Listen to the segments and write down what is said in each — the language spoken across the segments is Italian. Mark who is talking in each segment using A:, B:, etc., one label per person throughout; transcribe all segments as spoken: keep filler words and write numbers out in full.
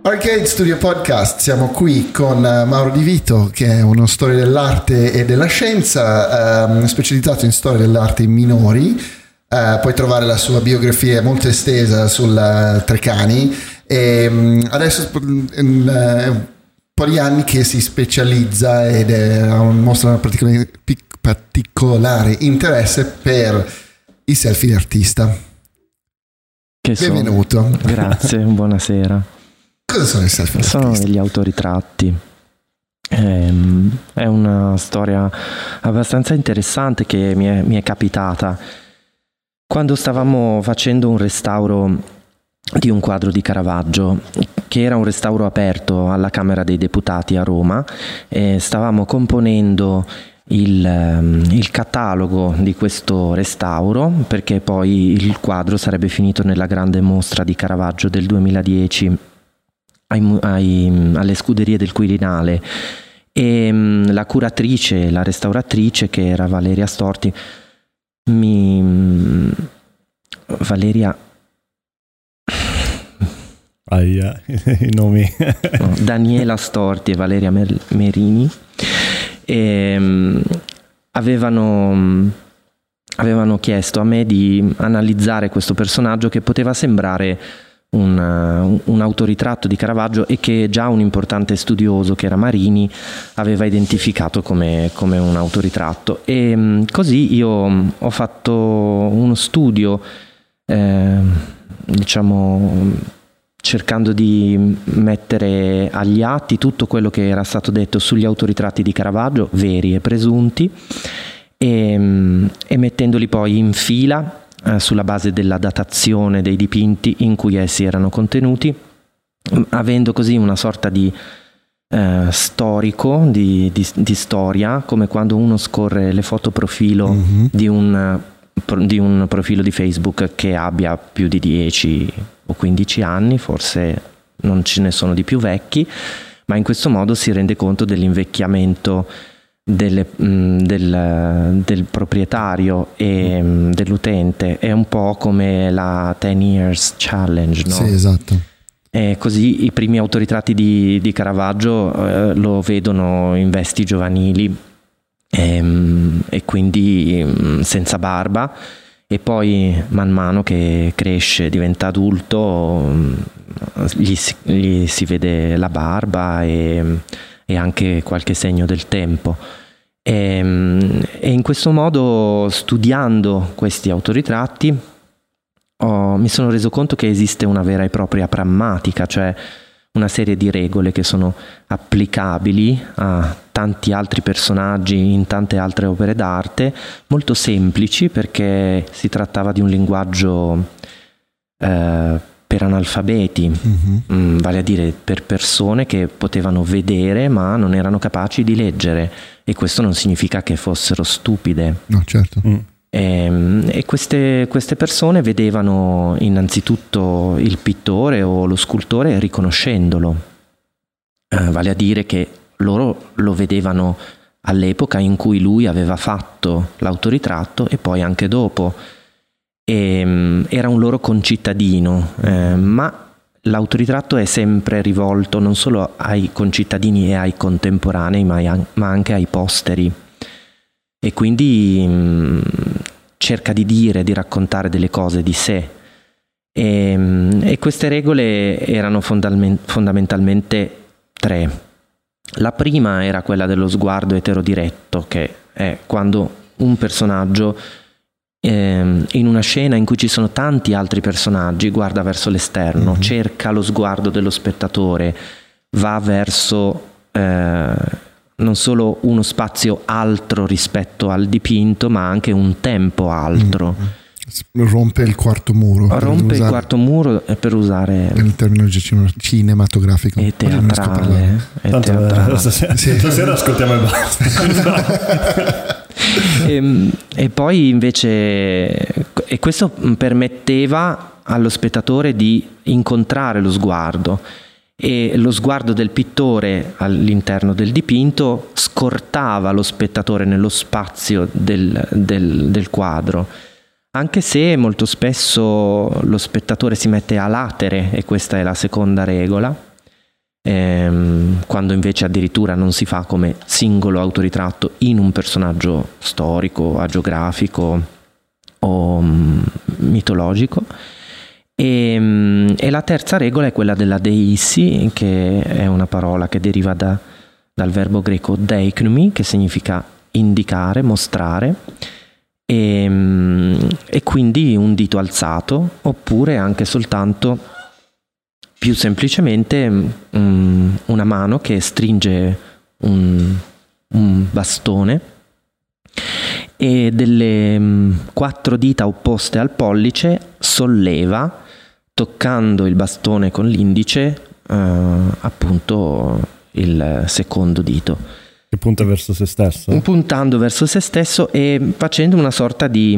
A: Arcade Studio Podcast, siamo qui con Mauro Di Vito, che è uno storico dell'arte e della scienza, ehm, specializzato in storia dell'arte in minori. Eh, puoi trovare la sua biografia molto estesa sul Treccani e um, adesso è un, un po' di anni che si specializza ed è, mostra un particolare, particolare interesse per i selfie di artista.
B: Che
A: Benvenuto.
B: Sono. Grazie, buonasera.
A: Cosa sono i selfie?
B: Sono degli autoritratti. Ehm, è una storia abbastanza interessante che mi è, mi è capitata quando stavamo facendo un restauro di un quadro di Caravaggio, che era un restauro aperto alla Camera dei Deputati a Roma, e stavamo componendo il, il catalogo di questo restauro, perché poi il quadro sarebbe finito nella grande mostra di Caravaggio del duemiladieci Ai, ai, alle scuderie del Quirinale, e mh, la curatrice, la restauratrice, che era Valeria Storti, mi mh, Valeria
C: Aia, i nomi
B: no, Daniela Storti e Valeria Mer- Merini e, mh, avevano mh, avevano chiesto a me di analizzare questo personaggio che poteva sembrare Un, un autoritratto di Caravaggio e che già un importante studioso, che era Marini, aveva identificato come, come un autoritratto. E così io ho fatto uno studio, eh, diciamo, cercando di mettere agli atti tutto quello che era stato detto sugli autoritratti di Caravaggio, veri e presunti, e, e mettendoli poi in fila sulla base della datazione dei dipinti in cui essi erano contenuti, avendo così una sorta di eh, storico, di, di, di storia, come quando uno scorre le foto profilo mm-hmm. di, un, di un profilo di Facebook che abbia più di dieci o quindici anni, forse non ce ne sono di più vecchi, ma in questo modo si rende conto dell'invecchiamento Delle, mh, del, del proprietario e mh, dell'utente. È un po' come la ten years challenge, no?
A: Sì, esatto.
B: E così i primi autoritratti di, di Caravaggio eh, lo vedono in vesti giovanili e, mh, e quindi mh, senza barba, e poi man mano che cresce, diventa adulto, mh, gli, si, gli si vede la barba e e anche qualche segno del tempo. E, e in questo modo, studiando questi autoritratti, ho, mi sono reso conto che esiste una vera e propria prammatica, cioè una serie di regole che sono applicabili a tanti altri personaggi in tante altre opere d'arte, molto semplici, perché si trattava di un linguaggio eh, per analfabeti, mm-hmm. mh, vale a dire per persone che potevano vedere ma non erano capaci di leggere, e questo non significa che fossero stupide.
A: No, certo. Mm.
B: E, e queste, queste persone vedevano innanzitutto il pittore o lo scultore riconoscendolo, eh, vale a dire che loro lo vedevano all'epoca in cui lui aveva fatto l'autoritratto e poi anche dopo. E, um, era un loro concittadino, eh, ma l'autoritratto è sempre rivolto non solo ai concittadini e ai contemporanei, ma, ai, ma anche ai posteri, e quindi um, cerca di dire, di raccontare delle cose di sé, e, um, e queste regole erano fondament- fondamentalmente tre. La prima era quella dello sguardo eterodiretto, che è quando un personaggio in una scena in cui ci sono tanti altri personaggi guarda verso l'esterno, mm-hmm. cerca lo sguardo dello spettatore, va verso eh, non solo uno spazio altro rispetto al dipinto, ma anche un tempo altro.
A: Mm-hmm. Rompe il quarto muro.
B: Rompe il quarto muro, per usare
A: il termine cinematografico
B: e teatrale. E
C: Tanto
B: teatrale.
C: Stasera, sì. stasera ascoltiamo e basta.
B: E, e poi invece e questo permetteva allo spettatore di incontrare lo sguardo, e lo sguardo del pittore all'interno del dipinto scortava lo spettatore nello spazio del, del, del quadro, anche se molto spesso lo spettatore si mette a latere, e questa è la seconda regola, ehm, quando invece addirittura non si fa come singolo autoritratto in un personaggio storico, agiografico o um, mitologico. E, um, e la terza regola è quella della deissi, che è una parola che deriva da, dal verbo greco deiknumi, che significa indicare, mostrare, e, um, e quindi un dito alzato, oppure anche soltanto, più semplicemente, um, una mano che stringe un, un bastone e delle um, quattro dita opposte al pollice solleva, toccando il bastone con l'indice, uh, appunto il secondo dito.
C: Che punta verso se stesso?
B: Puntando verso se stesso e facendo una sorta di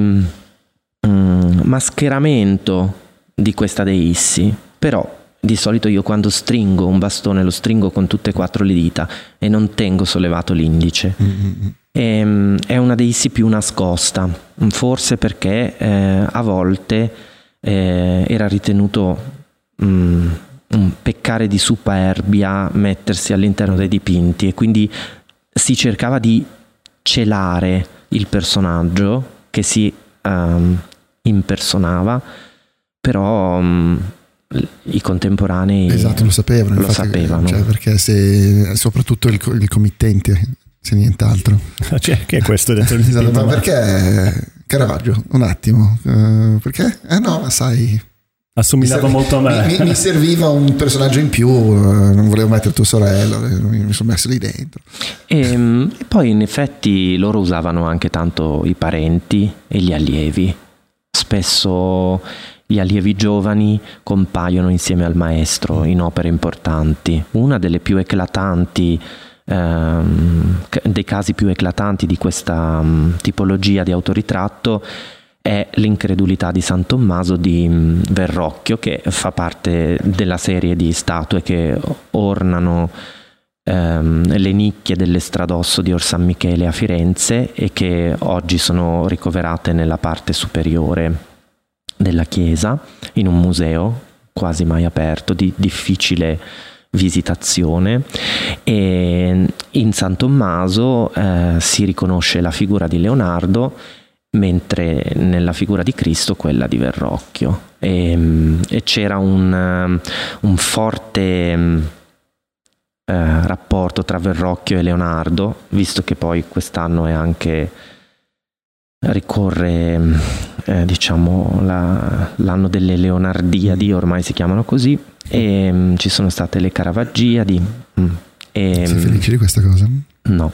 B: um, mascheramento di questa deissi. Però di solito io quando stringo un bastone lo stringo con tutte e quattro le dita e non tengo sollevato l'indice. Mm-hmm. E, um, è una deissi più nascosta, forse perché eh, a volte eh, era ritenuto um, un peccare di superbia mettersi all'interno dei dipinti, e quindi si cercava di celare il personaggio che si um, impersonava, però um, i contemporanei
A: esatto lo sapevano,
B: lo
A: infatti,
B: sapevano,
A: cioè, perché se soprattutto il, il committente, se nient'altro.
C: Cioè, che è questo dentro il
A: esatto,
C: dipinto?
A: ma perché Caravaggio? Un attimo, uh, perché? Eh no, sai,
C: assomigliava
A: mi
C: molto a me.
A: Mi, mi serviva un personaggio in più, uh, non volevo mettere tua sorella, mi, mi sono messo lì dentro.
B: E, e poi in effetti loro usavano anche tanto i parenti e gli allievi. Spesso gli allievi giovani compaiono insieme al maestro in opere importanti. Una delle più eclatanti, ehm, dei casi più eclatanti di questa um, tipologia di autoritratto è L'incredulità di San Tommaso di um, Verrocchio, che fa parte della serie di statue che ornano ehm, le nicchie dell'estradosso di Or San Michele a Firenze e che oggi sono ricoverate nella parte superiore della chiesa, in un museo quasi mai aperto, di difficile visitazione. E in San Tommaso eh, si riconosce la figura di Leonardo, mentre nella figura di Cristo quella di Verrocchio, e, e c'era un, un forte eh, rapporto tra Verrocchio e Leonardo, visto che poi quest'anno è anche ricorre eh, diciamo la, l'anno delle Leonardiadi, ormai si chiamano così, e um, ci sono state le Caravaggiadi. Mm, e,
A: sei felice di questa cosa?
B: No.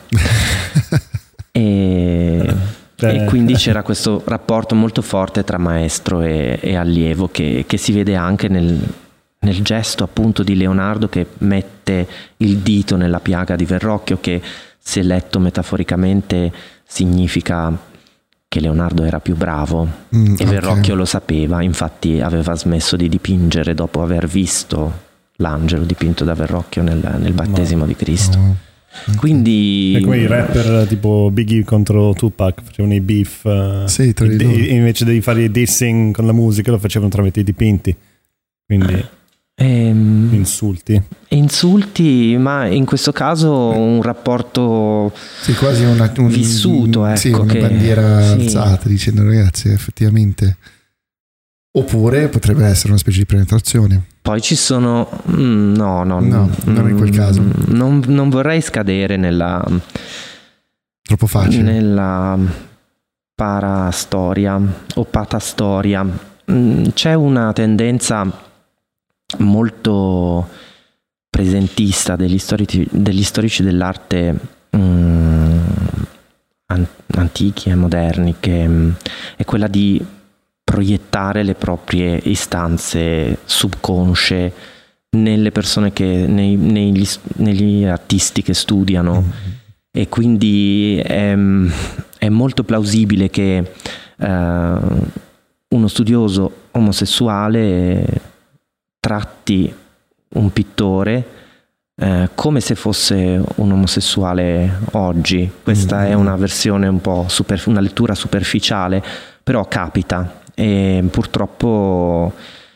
B: e, e quindi c'era questo rapporto molto forte tra maestro e, e allievo che, che si vede anche nel, nel gesto appunto di Leonardo, che mette il dito nella piaga di Verrocchio, che se letto metaforicamente significa che Leonardo era più bravo, mm, e Verrocchio okay. lo sapeva, infatti aveva smesso di dipingere dopo aver visto l'angelo dipinto da Verrocchio nel, nel battesimo no. di Cristo. No. Okay. Quindi
C: è come i rapper tipo Biggie contro Tupac facevano i beef, uh,
A: sì, tra
C: i, i, invece di fare i dissing con la musica lo facevano tramite i dipinti, quindi
B: ehm,
C: insulti
B: insulti ma in questo caso un rapporto
A: sì, quasi una, un,
B: vissuto, ecco,
A: sì, una
B: che,
A: bandiera
B: sì.
A: alzata dicendo ragazzi effettivamente, oppure potrebbe essere una specie di penetrazione.
B: Poi ci sono mm, no, no,
A: no non in quel caso,
B: non, non vorrei scadere nella
A: troppo facile
B: nella parastoria o patastoria. C'è una tendenza molto presentista degli storici, degli storici dell'arte mm, antichi e moderni, che mm, è quella di proiettare le proprie istanze subconsce nelle persone che nei, negli, negli artisti che studiano, mm-hmm. e quindi è, è molto plausibile che eh, uno studioso omosessuale tratti un pittore eh, come se fosse un omosessuale oggi. Questa mm-hmm. è una versione un po' super, una lettura superficiale, però capita, e purtroppo di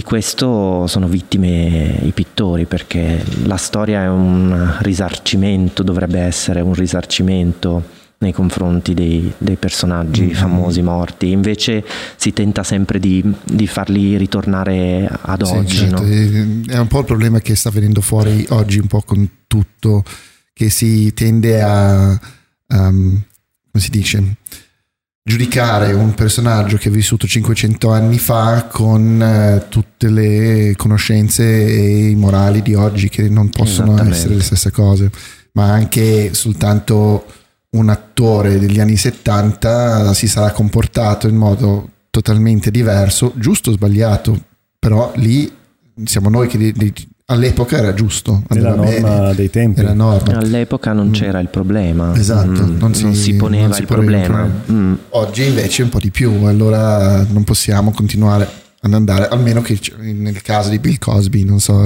B: questo sono vittime i pittori, perché la storia è un risarcimento, dovrebbe essere un risarcimento nei confronti dei, dei personaggi mm-hmm. famosi morti, invece si tenta sempre di, di farli ritornare ad sì, oggi. Certo.
A: No? È un po' il problema che sta venendo fuori oggi un po' con tutto, che si tende a um, come si dice, giudicare un personaggio che è vissuto cinquecento anni fa con uh, tutte le conoscenze e i morali di oggi, che non possono essere le stesse cose, ma anche soltanto un attore degli anni settanta si sarà comportato in modo totalmente diverso, giusto o sbagliato, però lì siamo noi che di, di, all'epoca era giusto,
C: è la norma bene, dei tempi,
A: era norma.
B: All'epoca non mm. c'era il problema,
A: esatto,
B: mm.
A: non, si,
B: non si poneva non si
A: il
B: problema, problema. Mm.
A: Oggi invece un po' di più, allora non possiamo continuare ad andare, almeno che nel caso di Bill Cosby, non so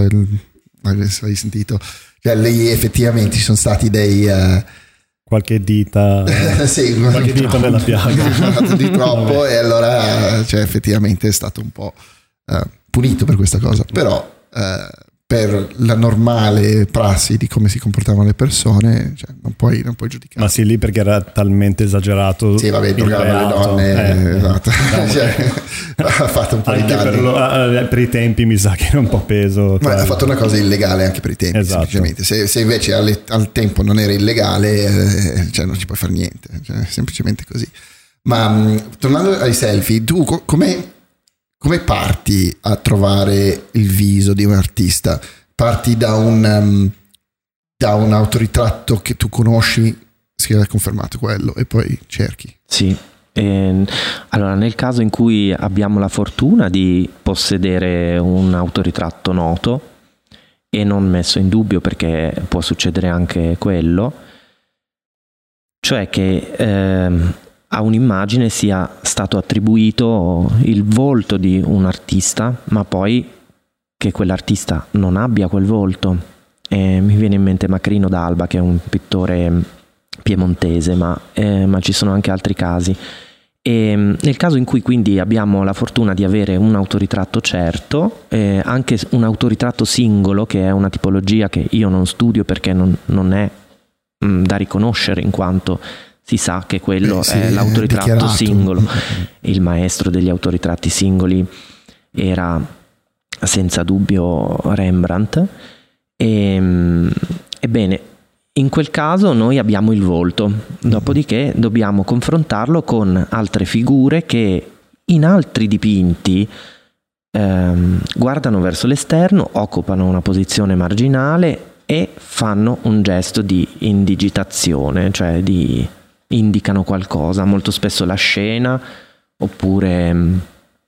A: se hai sentito, cioè lì effettivamente ci sono stati dei uh,
C: qualche dita
A: sì,
C: qualche dita nella piaga
A: di troppo e allora cioè, effettivamente è stato un po' uh, punito per questa cosa, però uh, per la normale prassi di come si comportavano le persone, cioè, non puoi non puoi giudicare.
C: Ma sì, lì perché era talmente esagerato.
A: Sì, vabbè, drogavano le donne, eh, esatto. Diciamo cioè, ha fatto un po' di danni.
C: Per, lo, per i tempi mi sa che era un po' peso.
A: Ma ha fatto una cosa illegale anche per i tempi, esatto. Semplicemente. Se, se invece alle, al tempo non era illegale, eh, cioè non ci puoi fare niente, cioè, semplicemente così. Ma mh, tornando ai selfie, tu co- come Come parti a trovare il viso di un artista? Parti da un, um, da un autoritratto che tu conosci, si è confermato quello, e poi cerchi?
B: Sì, eh, allora nel caso in cui abbiamo la fortuna di possedere un autoritratto noto e non messo in dubbio, perché può succedere anche quello, cioè che eh, a un'immagine sia stato attribuito il volto di un artista, ma poi che quell'artista non abbia quel volto. E mi viene in mente Macrino d'Alba, che è un pittore piemontese, ma, eh, ma ci sono anche altri casi. E nel caso in cui quindi abbiamo la fortuna di avere un autoritratto certo, eh, anche un autoritratto singolo, che è una tipologia che io non studio perché non, non è mh, da riconoscere, in quanto si sa che quello eh, sì, è l'autoritratto è singolo. Il maestro degli autoritratti singoli era senza dubbio Rembrandt. E, ebbene, in quel caso noi abbiamo il volto, dopodiché dobbiamo confrontarlo con altre figure che in altri dipinti ehm, guardano verso l'esterno, occupano una posizione marginale e fanno un gesto di indigitazione, cioè di indicano qualcosa, molto spesso la scena oppure um,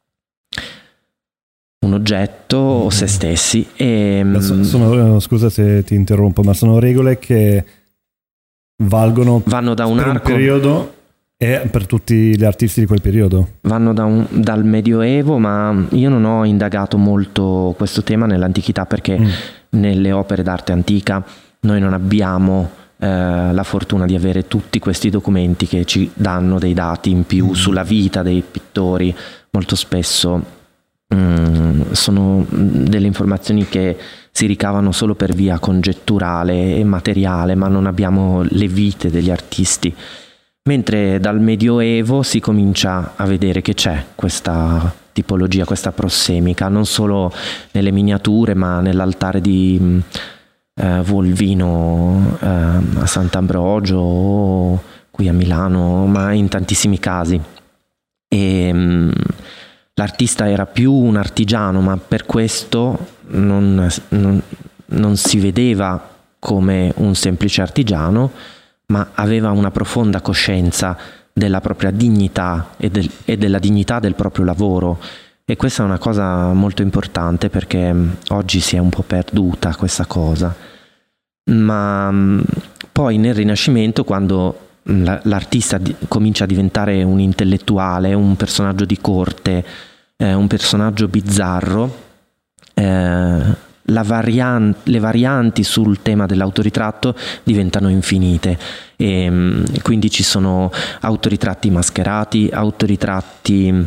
B: un oggetto mm. o se stessi. E,
C: sono, sono, scusa se ti interrompo, ma sono regole che valgono
B: vanno da un
C: per
B: arco,
C: un periodo e per tutti gli artisti di quel periodo.
B: Vanno da un, dal Medioevo, ma io non ho indagato molto questo tema nell'antichità, perché mm. nelle opere d'arte antica noi non abbiamo Eh, la fortuna di avere tutti questi documenti che ci danno dei dati in più mm. sulla vita dei pittori. Molto spesso mm, sono delle informazioni che si ricavano solo per via congetturale e materiale, ma non abbiamo le vite degli artisti, mentre dal Medioevo si comincia a vedere che c'è questa tipologia, questa prossemica, non solo nelle miniature, ma nell'altare di Uh, Volvino uh, a Sant'Ambrogio o qui a Milano, ma in tantissimi casi. E, um, l'artista era più un artigiano, ma per questo non, non, non si vedeva come un semplice artigiano, ma aveva una profonda coscienza della propria dignità e, del, e della dignità del proprio lavoro. E questa è una cosa molto importante, perché oggi si è un po' perduta questa cosa. Ma poi nel Rinascimento, quando l'artista comincia a diventare un intellettuale, un personaggio di corte, eh, un personaggio bizzarro, eh, la varian- le varianti sul tema dell'autoritratto diventano infinite, e quindi ci sono autoritratti mascherati, autoritratti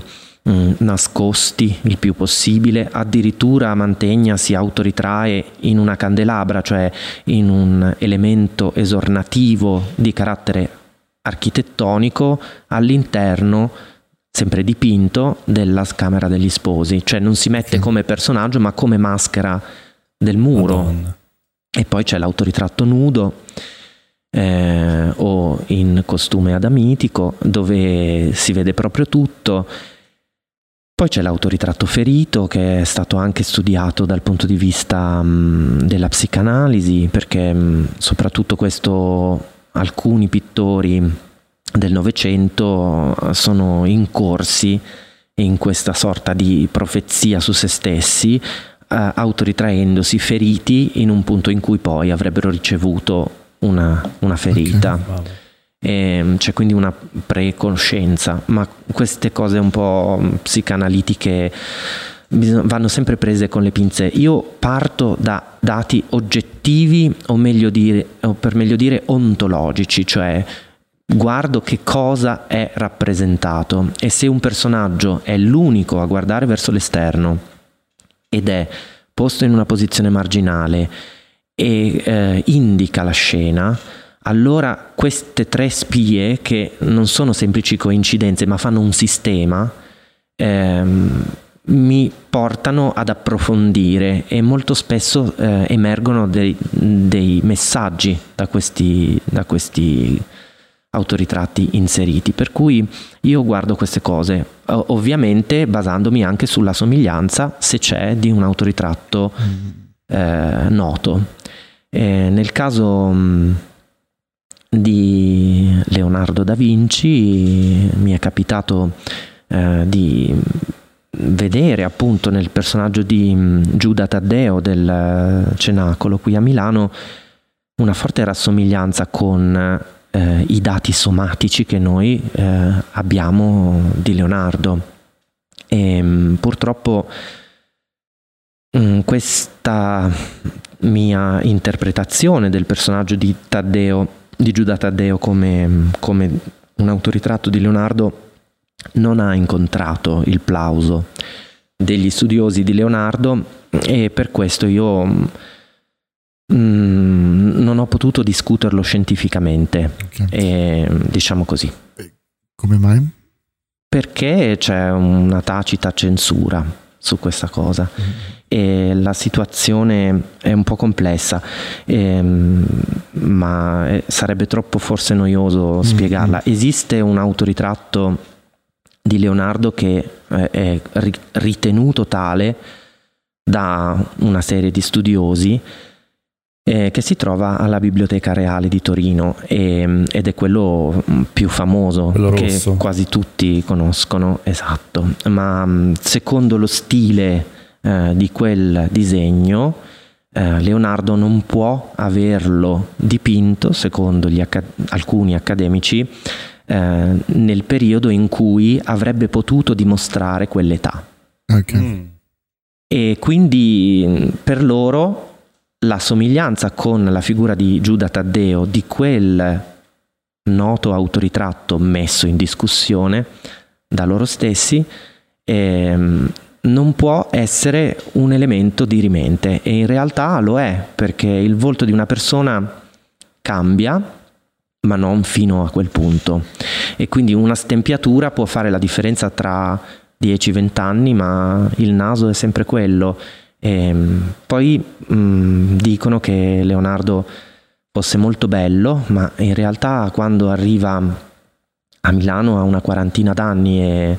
B: mh, nascosti il più possibile. Addirittura Mantegna si autoritrae in una candelabra, cioè in un elemento esornativo di carattere architettonico all'interno, sempre dipinto, della Camera degli Sposi, cioè non si mette come personaggio ma come maschera del muro. Madonna. E poi c'è l'autoritratto nudo eh, o in costume adamitico, dove si vede proprio tutto. Poi c'è l'autoritratto ferito, che è stato anche studiato dal punto di vista mh, della psicanalisi, perché mh, soprattutto questo, alcuni pittori del Novecento sono incorsi in questa sorta di profezia su se stessi, Uh, autoritraendosi feriti in un punto in cui poi avrebbero ricevuto una, una ferita. Okay. Wow. E c'è quindi una precoscienza, ma queste cose un po' psicanalitiche bisog- vanno sempre prese con le pinze. Io parto da dati oggettivi, o meglio dire, o per meglio dire ontologici, cioè guardo che cosa è rappresentato, e se un personaggio è l'unico a guardare verso l'esterno ed è posto in una posizione marginale e eh, indica la scena, allora queste tre spie, che non sono semplici coincidenze ma fanno un sistema, ehm, mi portano ad approfondire, e molto spesso eh, emergono dei, dei messaggi da questi, da questi autoritratti inseriti, per cui io guardo queste cose, ovviamente basandomi anche sulla somiglianza, se c'è, di un autoritratto mm. eh, noto. E nel caso mh, di Leonardo da Vinci mi è capitato eh, di vedere appunto nel personaggio di mh, Giuda Taddeo del Cenacolo qui a Milano una forte rassomiglianza con Eh, i dati somatici che noi eh, abbiamo di Leonardo. E mh, purtroppo mh, questa mia interpretazione del personaggio di Taddeo, di Giuda Taddeo come, come un autoritratto di Leonardo, non ha incontrato il plauso degli studiosi di Leonardo, e per questo io mh, non ho potuto discuterlo scientificamente. Okay. E, diciamo così.
A: Come mai?
B: Perché c'è una tacita censura su questa cosa. Mm. E la situazione è un po' complessa, e, ma sarebbe troppo forse noioso mm. spiegarla. Esiste un autoritratto di Leonardo che è ritenuto tale da una serie di studiosi, Eh, che si trova alla Biblioteca Reale di Torino, e, ed è quello più famoso, quello che rosso, quasi tutti conoscono, esatto, ma secondo lo stile eh, di quel disegno eh, Leonardo non può averlo dipinto, secondo gli acc- alcuni accademici, eh, nel periodo in cui avrebbe potuto dimostrare quell'età.
A: Okay. Mm.
B: E quindi per loro la somiglianza con la figura di Giuda Taddeo, di quel noto autoritratto messo in discussione da loro stessi, ehm, non può essere un elemento dirimente, e in realtà lo è, perché il volto di una persona cambia, ma non fino a quel punto, e quindi una stempiatura può fare la differenza tra dieci venti anni, ma il naso è sempre quello. E poi mh, dicono che Leonardo fosse molto bello, ma in realtà quando arriva a Milano ha una quarantina d'anni, e,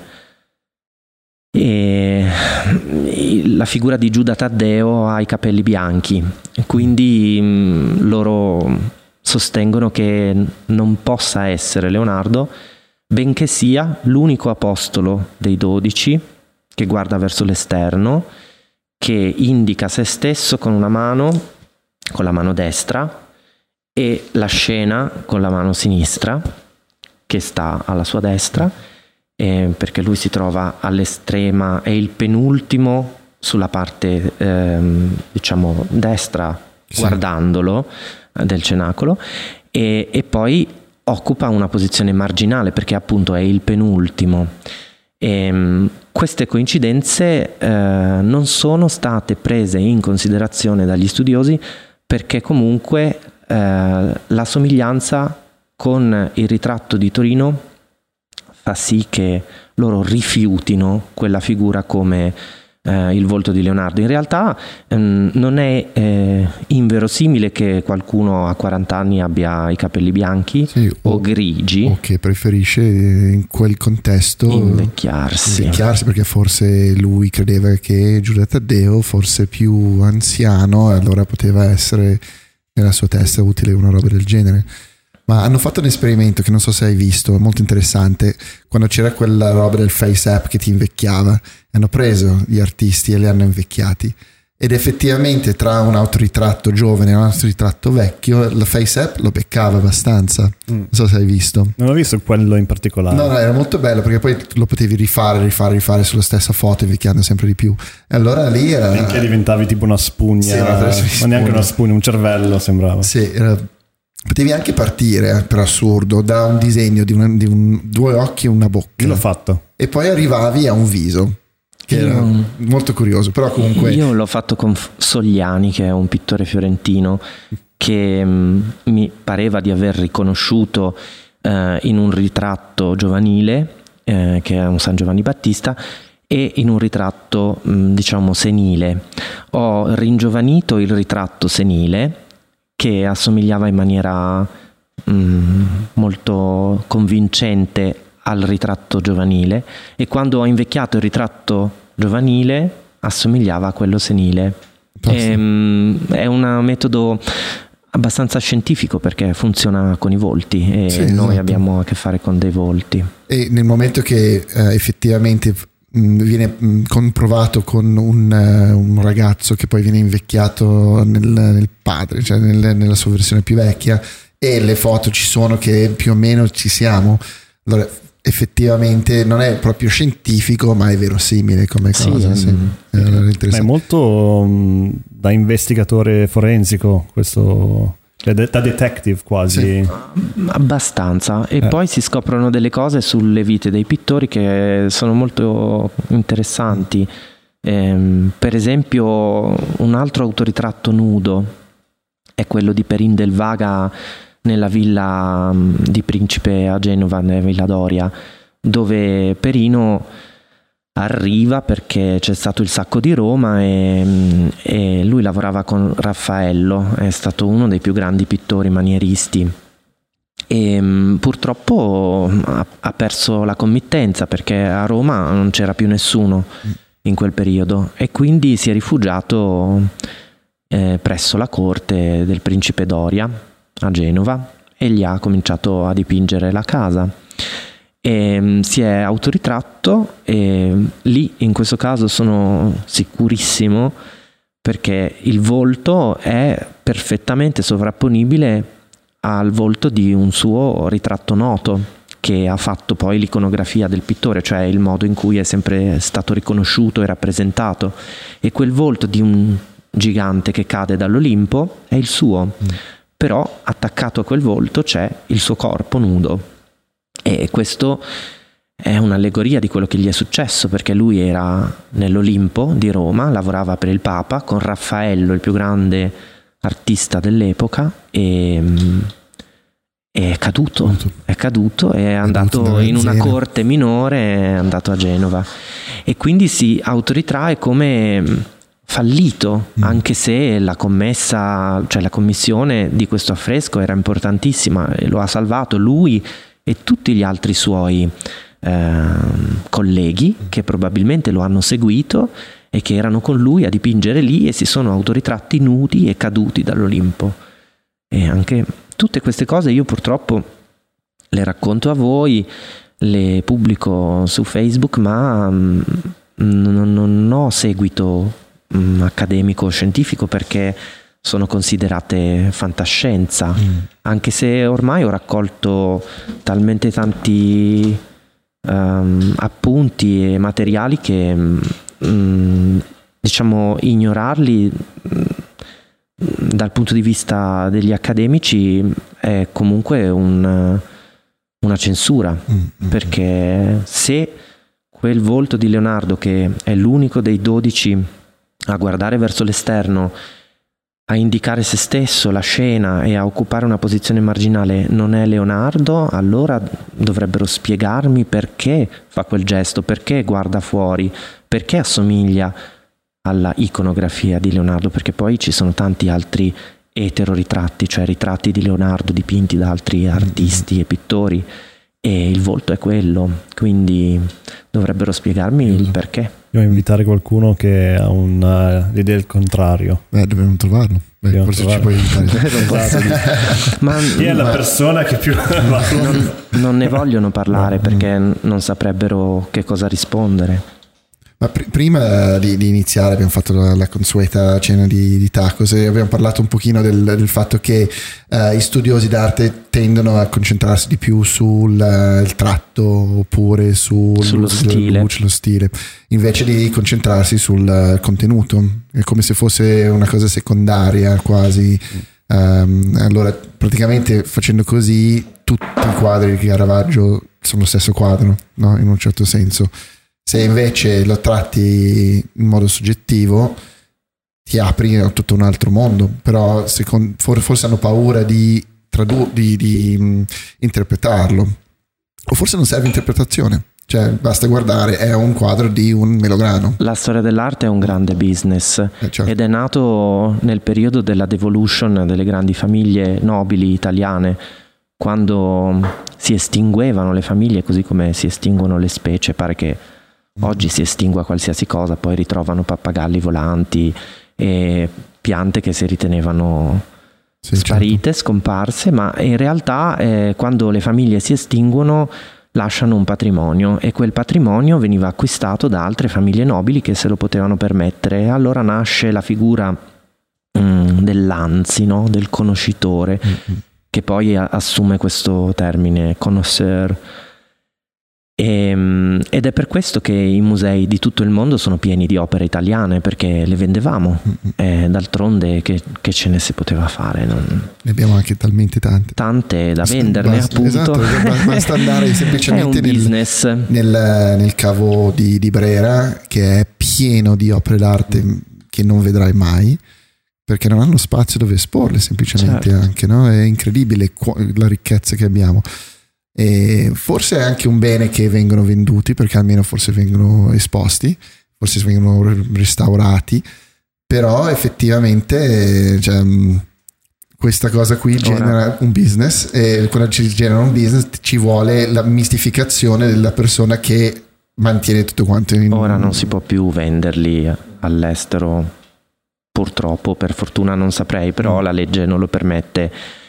B: e la figura di Giuda Taddeo ha i capelli bianchi, quindi mh, loro sostengono che non possa essere Leonardo, benché sia l'unico apostolo dei dodici che guarda verso l'esterno, che indica se stesso con una mano, con la mano destra, e la scena con la mano sinistra, che sta alla sua destra, eh, perché lui si trova all'estrema, è il penultimo sulla parte ehm, diciamo destra, sì, guardandolo, eh, del cenacolo, e, e poi occupa una posizione marginale perché appunto è il penultimo. E, queste coincidenze eh, non sono state prese in considerazione dagli studiosi perché comunque eh, la somiglianza con il ritratto di Torino fa sì che loro rifiutino quella figura come eh, il volto di Leonardo. In realtà ehm, non è eh, inverosimile che qualcuno a quaranta anni abbia i capelli bianchi sì, o, o grigi
A: o che preferisce in quel contesto
B: invecchiarsi.
A: invecchiarsi perché forse lui credeva che Giulio Taddeo fosse più anziano e allora poteva essere nella sua testa utile una roba del genere. Ma hanno fatto un esperimento che non so se hai visto, molto interessante, quando c'era quella roba del face app che ti invecchiava. Hanno preso gli artisti e li hanno invecchiati ed effettivamente tra un autoritratto giovane e un autoritratto vecchio la face app lo beccava abbastanza. Mm. Non so se hai visto.
C: Non ho visto quello in particolare.
A: No, no, era molto bello perché poi lo potevi rifare, rifare, rifare sulla stessa foto invecchiando sempre di più. E allora lì era...
C: Finché diventavi tipo una spugna, sì, ma neanche una spugna, un cervello sembrava.
A: Sì, era... Potevi anche partire, per assurdo, da un disegno di, una, di un, due occhi e una bocca.
C: Io l'ho fatto.
A: E poi arrivavi a un viso, che io, era molto curioso. Però comunque...
B: Io l'ho fatto con Sogliani, che è un pittore fiorentino, che mh, mi pareva di aver riconosciuto eh, in un ritratto giovanile, eh, che è un San Giovanni Battista, e in un ritratto, mh, diciamo, senile. Ho ringiovanito il ritratto senile, che assomigliava in maniera mh, molto convincente al ritratto giovanile, e quando ho invecchiato il ritratto giovanile assomigliava a quello senile. E, mh, è un metodo abbastanza scientifico perché funziona con i volti e sì, noi esatto. abbiamo a che fare con dei volti.
A: E nel momento che eh, effettivamente viene comprovato con un, un ragazzo che poi viene invecchiato nel, nel padre, cioè nel, nella sua versione più vecchia, e le foto ci sono che più o meno ci siamo, allora effettivamente non è proprio scientifico ma è verosimile come cosa.
B: Sì,
A: sì.
C: È, è molto um, da investigatore forensico questo, da detective quasi.
B: Sì. Abbastanza. E eh. poi si scoprono delle cose sulle vite dei pittori che sono molto interessanti. Ehm, per esempio un altro autoritratto nudo è quello di Perin del Vaga nella villa di Principe a Genova, nella Villa Doria, dove Perino arriva perché c'è stato il sacco di Roma e, e lui lavorava con Raffaello, è stato uno dei più grandi pittori manieristi e purtroppo ha, ha perso la committenza perché a Roma non c'era più nessuno in quel periodo e quindi si è rifugiato eh, presso la corte del principe Doria a Genova e gli ha cominciato a dipingere la casa. E si è autoritratto e lì in questo caso sono sicurissimo perché il volto è perfettamente sovrapponibile al volto di un suo ritratto noto che ha fatto poi l'iconografia del pittore, cioè il modo in cui è sempre stato riconosciuto e rappresentato, e quel volto di un gigante che cade dall'Olimpo è il suo, mm. però attaccato a quel volto c'è il suo corpo nudo. E questo è un'allegoria di quello che gli è successo, perché lui era nell'Olimpo di Roma, lavorava per il Papa con Raffaello, il più grande artista dell'epoca, e è caduto, è caduto, è andato in una corte minore, è andato a Genova e quindi si autoritrae come fallito, mm. anche se la commessa, cioè la commissione di questo affresco era importantissima e lo ha salvato lui e tutti gli altri suoi eh, colleghi che probabilmente lo hanno seguito e che erano con lui a dipingere lì e si sono autoritratti nudi e caduti dall'Olimpo. E anche tutte queste cose io purtroppo le racconto a voi, le pubblico su Facebook, ma mh, non, non ho seguito mh, accademico o scientifico perché sono considerate fantascienza, mm. anche se ormai ho raccolto talmente tanti um, appunti e materiali che um, diciamo ignorarli um, dal punto di vista degli accademici è comunque un, una censura, mm. perché se quel volto di Leonardo che è l'unico dei dodici a guardare verso l'esterno, a indicare se stesso, la scena e a occupare una posizione marginale non è Leonardo, allora dovrebbero spiegarmi perché fa quel gesto, perché guarda fuori, perché assomiglia alla iconografia di Leonardo, perché poi ci sono tanti altri eteroritratti, cioè ritratti di Leonardo dipinti da altri artisti e pittori, e il volto è quello, quindi dovrebbero spiegarmi il perché.
C: Dobbiamo invitare qualcuno che ha una, l'idea del contrario.
A: Beh, dobbiamo trovarlo. Beh,
C: Dobbiamo
A: forse
C: trovarlo.
A: ci puoi aiutare.
B: Ma
C: Chi è la
B: ma
C: persona che più...
B: non, non ne vogliono parlare perché non saprebbero che cosa rispondere.
A: Ma pr- prima di, di iniziare abbiamo fatto la, la consueta cena di, di tacos e abbiamo parlato un pochino del, del fatto che uh, i studiosi d'arte tendono a concentrarsi di più sul uh, il tratto oppure sul,
B: sullo stile.
A: luce, lo stile, invece di concentrarsi sul uh, contenuto. È come se fosse una cosa secondaria quasi. Um, allora praticamente facendo così tutti i quadri di Caravaggio sono lo stesso quadro, no? In un certo senso. Se invece lo tratti in modo soggettivo ti apri a tutto un altro mondo, però secondo, forse hanno paura di, tradu- di, di mh, interpretarlo, o forse non serve interpretazione, cioè basta guardare, è un quadro di un melograno.
B: La storia dell'arte è un grande business
A: Eh, certo.
B: ed è nato nel periodo della devolution delle grandi famiglie nobili italiane, quando si estinguevano le famiglie così come si estinguono le specie. Pare che oggi si estingua qualsiasi cosa, poi ritrovano pappagalli volanti e piante che si ritenevano
A: Sì,
B: sparite,
A: certo.
B: scomparse, ma in realtà eh, quando le famiglie si estinguono lasciano un patrimonio e quel patrimonio veniva acquistato da altre famiglie nobili che se lo potevano permettere. Allora nasce la figura mm, dell'anzi, no? Del conoscitore, mm-hmm. che poi assume questo termine connoisseur. E, ed è per questo che i musei di tutto il mondo sono pieni di opere italiane, perché le vendevamo. E d'altronde che, che ce ne si poteva fare, non...
A: ne abbiamo anche talmente tante
B: tante da
A: basta,
B: venderne,
A: basta,
B: appunto.
A: esatto, basta andare semplicemente
B: è un
A: nel,
B: business.
A: nel, nel cavo di, di Brera, che è pieno di opere d'arte mm. che non vedrai mai, perché non hanno spazio dove esporle semplicemente. Certo. Anche, no? È incredibile la ricchezza che abbiamo. E forse è anche un bene che vengono venduti, perché almeno forse vengono esposti, forse vengono restaurati, però effettivamente cioè, questa cosa qui genera Ora. un business, e quando ci genera un business ci vuole la mistificazione della persona che mantiene tutto quanto in...
B: Ora non si può più venderli all'estero, purtroppo, per fortuna non saprei, però mm. la legge non lo permette.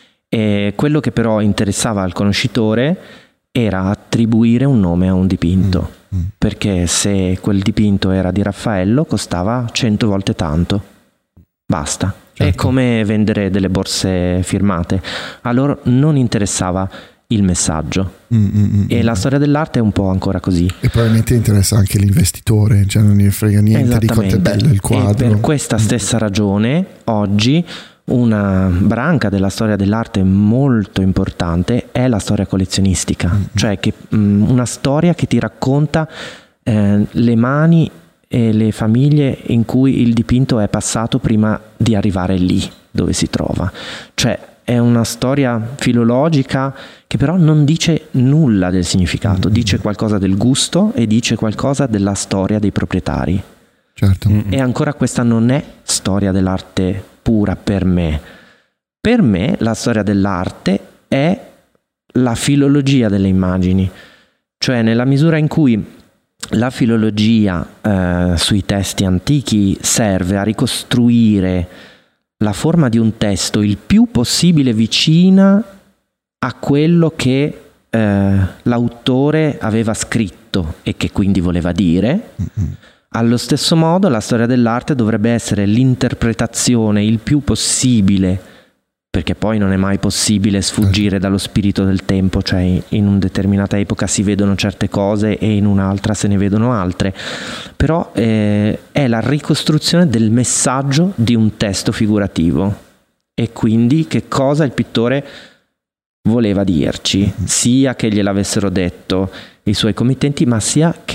B: E quello che però interessava al conoscitore era attribuire un nome a un dipinto, mm, mm. perché se quel dipinto era di Raffaello costava cento volte tanto, basta. Certo. È come vendere delle borse firmate. A loro non interessava il messaggio, mm, mm, e mm, la storia dell'arte è un po' ancora così.
A: E probabilmente interessa anche l'investitore, cioè non gli frega niente di quanto è bello il quadro.
B: E per questa stessa ragione oggi una branca della storia dell'arte molto importante è la storia collezionistica, mm-hmm. cioè che, mh, una storia che ti racconta eh, le mani e le famiglie in cui il dipinto è passato prima di arrivare lì dove si trova. Cioè è una storia filologica che però non dice nulla del significato, mm-hmm. dice qualcosa del gusto e dice qualcosa della storia dei proprietari.
A: Certo.
B: Mm-hmm. E ancora questa non è storia dell'arte pura per me. Per me la storia dell'arte è la filologia delle immagini, cioè nella misura in cui la filologia eh, sui testi antichi serve a ricostruire la forma di un testo il più possibile vicina a quello che eh, l'autore aveva scritto e che quindi voleva dire. Mm-hmm. Allo stesso modo la storia dell'arte dovrebbe essere l'interpretazione il più possibile, perché poi non è mai possibile sfuggire dallo spirito del tempo, cioè in una determinata epoca si vedono certe cose e in un'altra se ne vedono altre, però eh, è la ricostruzione del messaggio di un testo figurativo, e quindi che cosa il pittore voleva dirci, sia che gliel'avessero detto i suoi committenti, ma sia che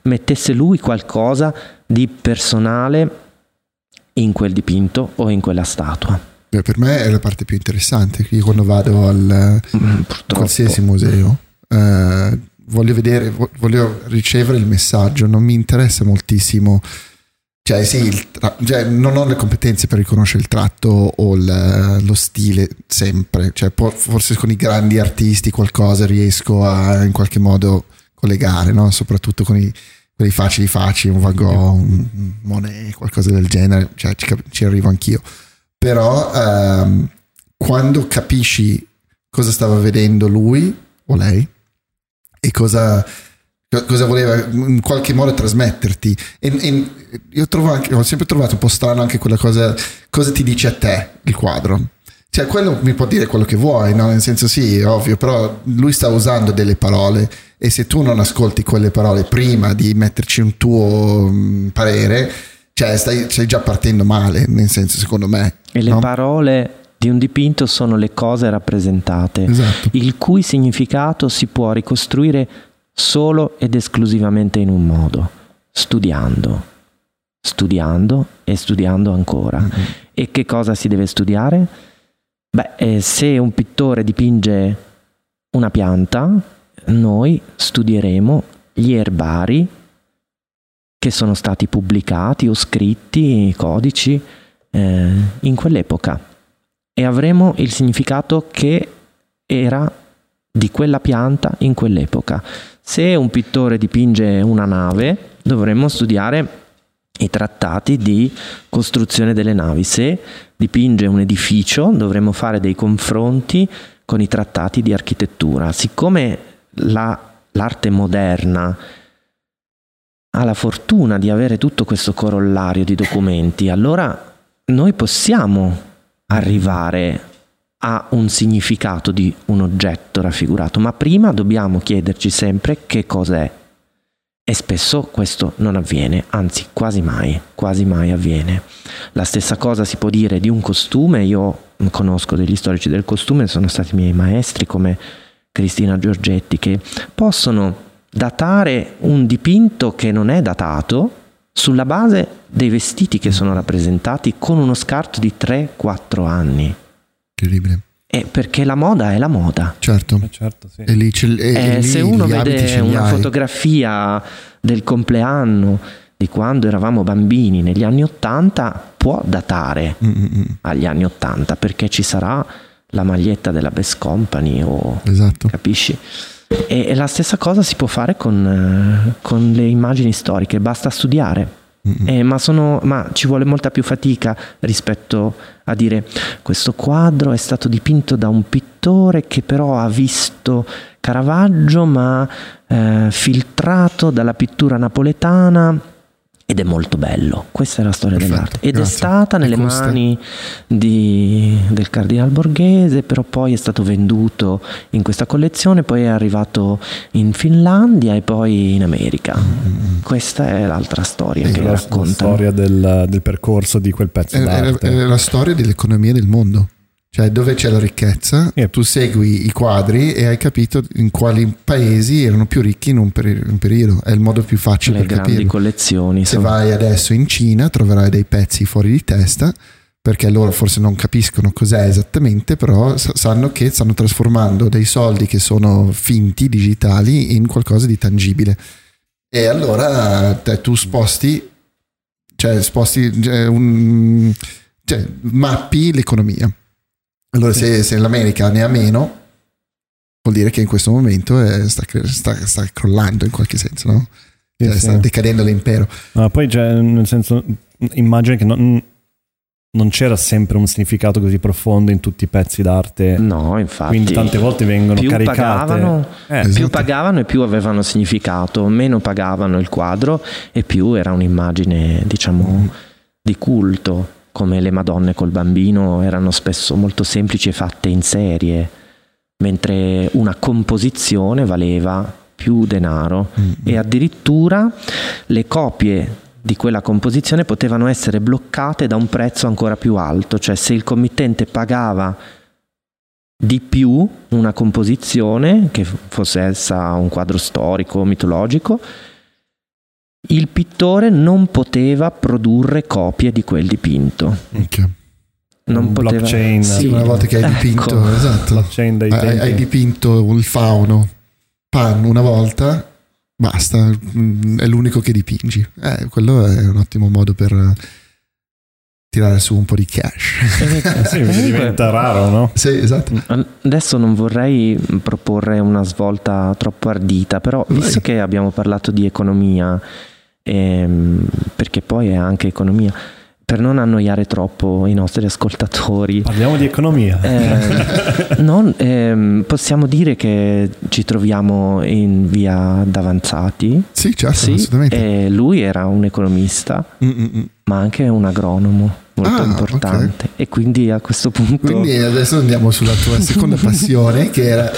B: mettesse lui qualcosa di personale in quel dipinto o in quella statua.
A: Beh, per me è la parte più interessante. Io quando vado al
B: Mm,
A: qualsiasi museo eh, voglio vedere, voglio ricevere il messaggio, non mi interessa moltissimo. Cioè sì, il tra- cioè, non ho le competenze per riconoscere il tratto o il- lo stile sempre, cioè, po- forse con i grandi artisti qualcosa riesco a in qualche modo collegare, no? Soprattutto con i, quelli facili facili, un Van Gogh, un un Monet, qualcosa del genere, cioè, ci, cap- ci arrivo anch'io. Però ehm, quando capisci cosa stava vedendo lui o lei e cosa... cosa voleva in qualche modo trasmetterti, e, e io trovo anche, ho sempre trovato un po' strano anche quella cosa, cosa ti dice a te il quadro, cioè quello mi può dire quello che vuoi, no? Nel senso sì, ovvio, però lui sta usando delle parole e se tu non ascolti quelle parole prima di metterci un tuo mh, parere, cioè stai, stai già partendo male, nel senso, secondo me.
B: E le
A: no?
B: parole di un dipinto sono le cose rappresentate,
A: Esatto.
B: il cui significato si può ricostruire solo ed esclusivamente in un modo, studiando, studiando e studiando ancora. Mm-hmm. E che cosa si deve studiare? Beh, eh, se un pittore dipinge una pianta, noi studieremo gli erbari che sono stati pubblicati o scritti, codici, eh, in quell'epoca, e avremo il significato che era di quella pianta in quell'epoca. Se un pittore dipinge una nave, dovremmo studiare i trattati di costruzione delle navi. Se dipinge un edificio, dovremmo fare dei confronti con i trattati di architettura. Siccome la, l'arte moderna ha la fortuna di avere tutto questo corollario di documenti, allora noi possiamo arrivare ha un significato di un oggetto raffigurato, ma prima dobbiamo chiederci sempre che cos'è, e spesso questo non avviene, anzi quasi mai, quasi mai avviene. La stessa cosa si può dire di un costume. Io conosco degli storici del costume, sono stati miei maestri come Cristina Giorgetti, che possono datare un dipinto che non è datato sulla base dei vestiti che sono rappresentati con uno scarto di tre quattro anni.
A: Incredibile.
B: Eh, perché la moda è la moda.
A: Certo.
C: Eh, certo, sì.
A: E lì, ce, e,
B: Eh,
A: e lì
B: se uno
A: gli abiti
B: vede
A: ce li
B: una
A: hai.
B: fotografia del compleanno di quando eravamo bambini negli anni ottanta, può datare
A: Mm-mm.
B: agli anni ottanta, perché ci sarà la maglietta della Best Company o
A: Esatto.
B: capisci? E, e la stessa cosa si può fare con, eh, con le immagini storiche, basta studiare. Eh, ma, sono, ma ci vuole molta più fatica rispetto a dire questo quadro è stato dipinto da un pittore che però ha visto Caravaggio ma eh, filtrato dalla pittura napoletana, ed è molto bello. Questa è la storia
A: Perfetto,
B: dell'arte ed
A: grazie.
B: è stata
A: E
B: nelle
A: costa?
B: mani di, del Cardinal Borghese, però poi è stato venduto in questa collezione, poi è arrivato in Finlandia e poi in America. Mm-hmm. Questa è l'altra storia
A: Sì,
B: che
C: la,
B: racconta.
C: la storia del, del percorso di quel pezzo
A: È, è,
C: d'arte.
A: è la storia dell'economia del mondo. Cioè, dove c'è la ricchezza,
C: Yep.
A: tu segui i quadri e hai capito in quali paesi erano più ricchi in un, peri- un periodo. È il modo più facile
B: Le
A: per
B: grandi
A: capirlo.
B: collezioni.
A: Se
B: insomma.
A: vai adesso in Cina troverai dei pezzi fuori di testa, perché loro forse non capiscono cos'è esattamente, però sa- sanno che stanno trasformando dei soldi che sono finti, digitali, in qualcosa di tangibile. E allora te, tu sposti, cioè sposti, cioè, un, cioè mappi l'economia. Allora
C: Sì.
A: se, se l'America ne ha meno, vuol dire che in questo momento è, sta, sta, sta crollando in qualche senso, no?
C: Sì,
A: Cioè,
C: sì.
A: sta decadendo l'impero.
C: Ma poi c'è, nel senso, immagino che non, non c'era sempre un significato così profondo in tutti i pezzi d'arte.
B: No, infatti.
C: Quindi tante volte vengono
B: più
C: caricate.
B: pagavano,
C: Eh,
A: Esatto.
B: più pagavano e più avevano significato, meno pagavano il quadro e più era un'immagine, diciamo,
A: Mm.
B: di culto, come le Madonne col bambino erano spesso molto semplici e fatte in serie, mentre una composizione valeva più denaro.
A: Mm.
B: E addirittura le copie di quella composizione potevano essere bloccate da un prezzo ancora più alto, cioè se il committente pagava di più una composizione, che fosse essa un quadro storico o mitologico, il pittore non poteva produrre copie di quel dipinto.
A: Okay.
B: Non poteva...
C: blockchain.
A: Sì, una volta che hai dipinto,
B: ecco.
A: esatto,
C: blockchain dei
A: hai,
C: tempi.
A: hai dipinto il fauno pan una volta, basta, è l'unico che dipingi. Eh, quello è un ottimo modo per tirare su un po' di cash.
C: Eh sì, diventa raro, no?
A: Sì, esatto.
B: Adesso non vorrei proporre una svolta troppo ardita, però visto
A: Vai.
B: che abbiamo parlato di economia, ehm, perché poi è anche economia, per non annoiare troppo i nostri ascoltatori,
C: Parliamo di economia.
B: eh, non, ehm, possiamo dire che ci troviamo in via Davanzati.
A: Sì, certo,
B: Sì,
A: assolutamente.
B: e lui era un economista,
A: Mm-mm.
B: ma anche un agronomo molto
A: Ah,
B: importante, okay. E quindi a questo punto
A: Quindi adesso andiamo sulla tua seconda passione, che era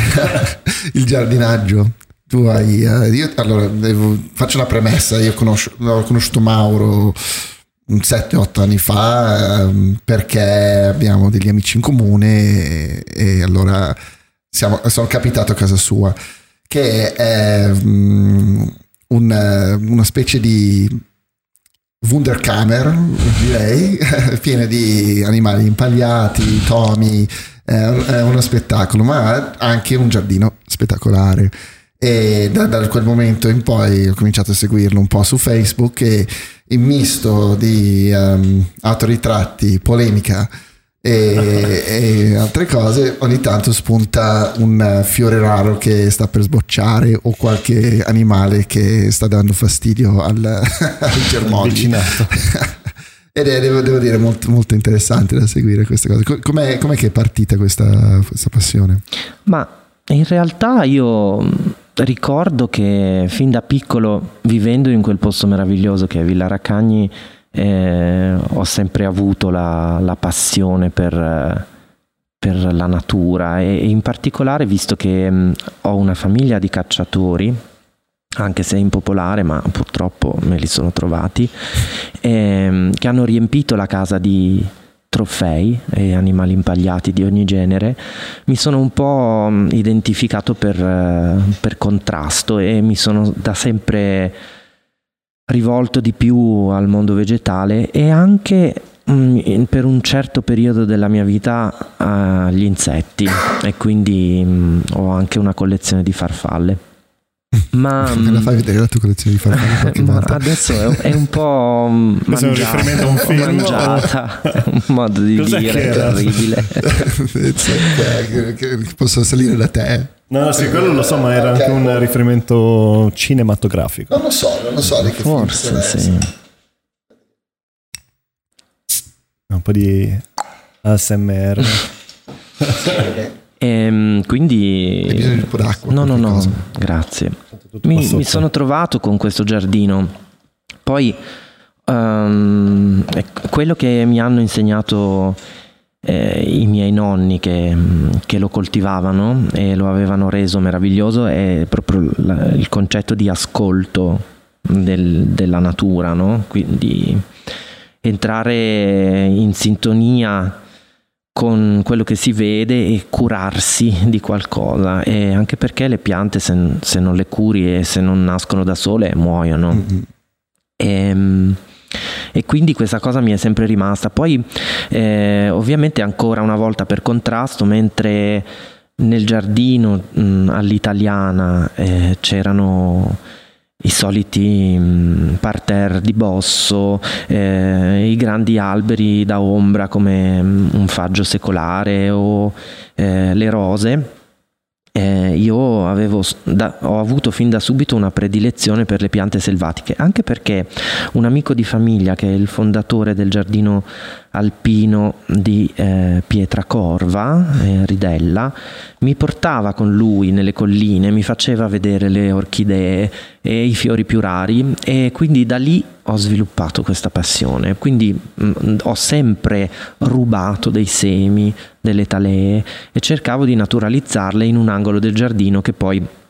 A: il giardinaggio. Tu hai, eh, io, allora devo, faccio una premessa. Io conosco, ho conosciuto Mauro sette otto anni fa, ehm, perché abbiamo degli amici in comune, e, e allora siamo, sono capitato a casa sua, che è um, un, una specie di Wunderkammer, direi, piena di animali impagliati, tomi, è uno spettacolo, ma anche un giardino spettacolare. E da, da quel momento in poi ho cominciato a seguirlo un po' su Facebook, e in misto di um, autoritratti, polemica e, e altre cose, ogni tanto spunta un fiore raro che sta per sbocciare, o qualche animale che sta dando fastidio al, al germoglio. Ed è, devo, devo dire, molto, molto interessante da seguire queste cose. Com'è, com'è che è partita questa, questa passione?
B: Ma in realtà io ricordo che fin da piccolo, vivendo in quel posto meraviglioso che è Villa Raccagni, eh, ho sempre avuto la, la passione per, per la natura, e in particolare, visto che mh, ho una famiglia di cacciatori, anche se impopolare, ma purtroppo me li sono trovati, ehm, che hanno riempito la casa di trofei e animali impagliati di ogni genere, mi sono un po' identificato per, per contrasto, e mi sono da sempre rivolto di più al mondo vegetale, e anche mh, per un certo periodo della mia vita agli insetti, e quindi mh, ho anche una collezione di farfalle. Ma
A: me la fai vedere la tua collezione di farfalle qualche
B: ma
A: volta?
B: adesso è, è un po'
C: Questo
B: mangiata,
C: è un riferimento a un film,
B: mangiata, è un modo di
C: Cos'è
B: dire
C: che era?
B: terribile.
A: che, che posso salire da te?
C: No, sì, quello lo so, ma era anche un riferimento cinematografico.
A: Non lo so, non lo so di che
B: Forse sì.
C: Un po' di A S M R.
B: E quindi
A: Hai bisogno di un po' d'acqua?
B: no no no
A: cosa?
B: grazie. Mi, mi sono trovato con questo giardino. Poi um, quello che mi hanno insegnato eh, i miei nonni, che, che lo coltivavano e lo avevano reso meraviglioso, è proprio la, il concetto di ascolto del, della natura, no? Quindi entrare in sintonia con quello che si vede e curarsi di qualcosa, e anche perché le piante, se, se non le curi e se non nascono da sole, muoiono. Mm-hmm. E, e quindi questa cosa mi è sempre rimasta. Poi eh, ovviamente ancora una volta per contrasto, mentre nel giardino mh, all'italiana eh, c'erano i soliti mh, parterre di bosso, eh, i grandi alberi da ombra come mh, un faggio secolare o eh, le rose, eh, io avevo da, ho avuto fin da subito una predilezione per le piante selvatiche, anche perché un amico di famiglia, che è il fondatore del giardino alpino di eh, Pietracorva, eh, Ridella, mi portava con lui nelle colline, mi faceva vedere le orchidee e i fiori più rari, e quindi da lì ho sviluppato questa passione. Quindi mh, ho sempre rubato dei semi, delle talee, e cercavo di naturalizzarle in un angolo del giardino che poi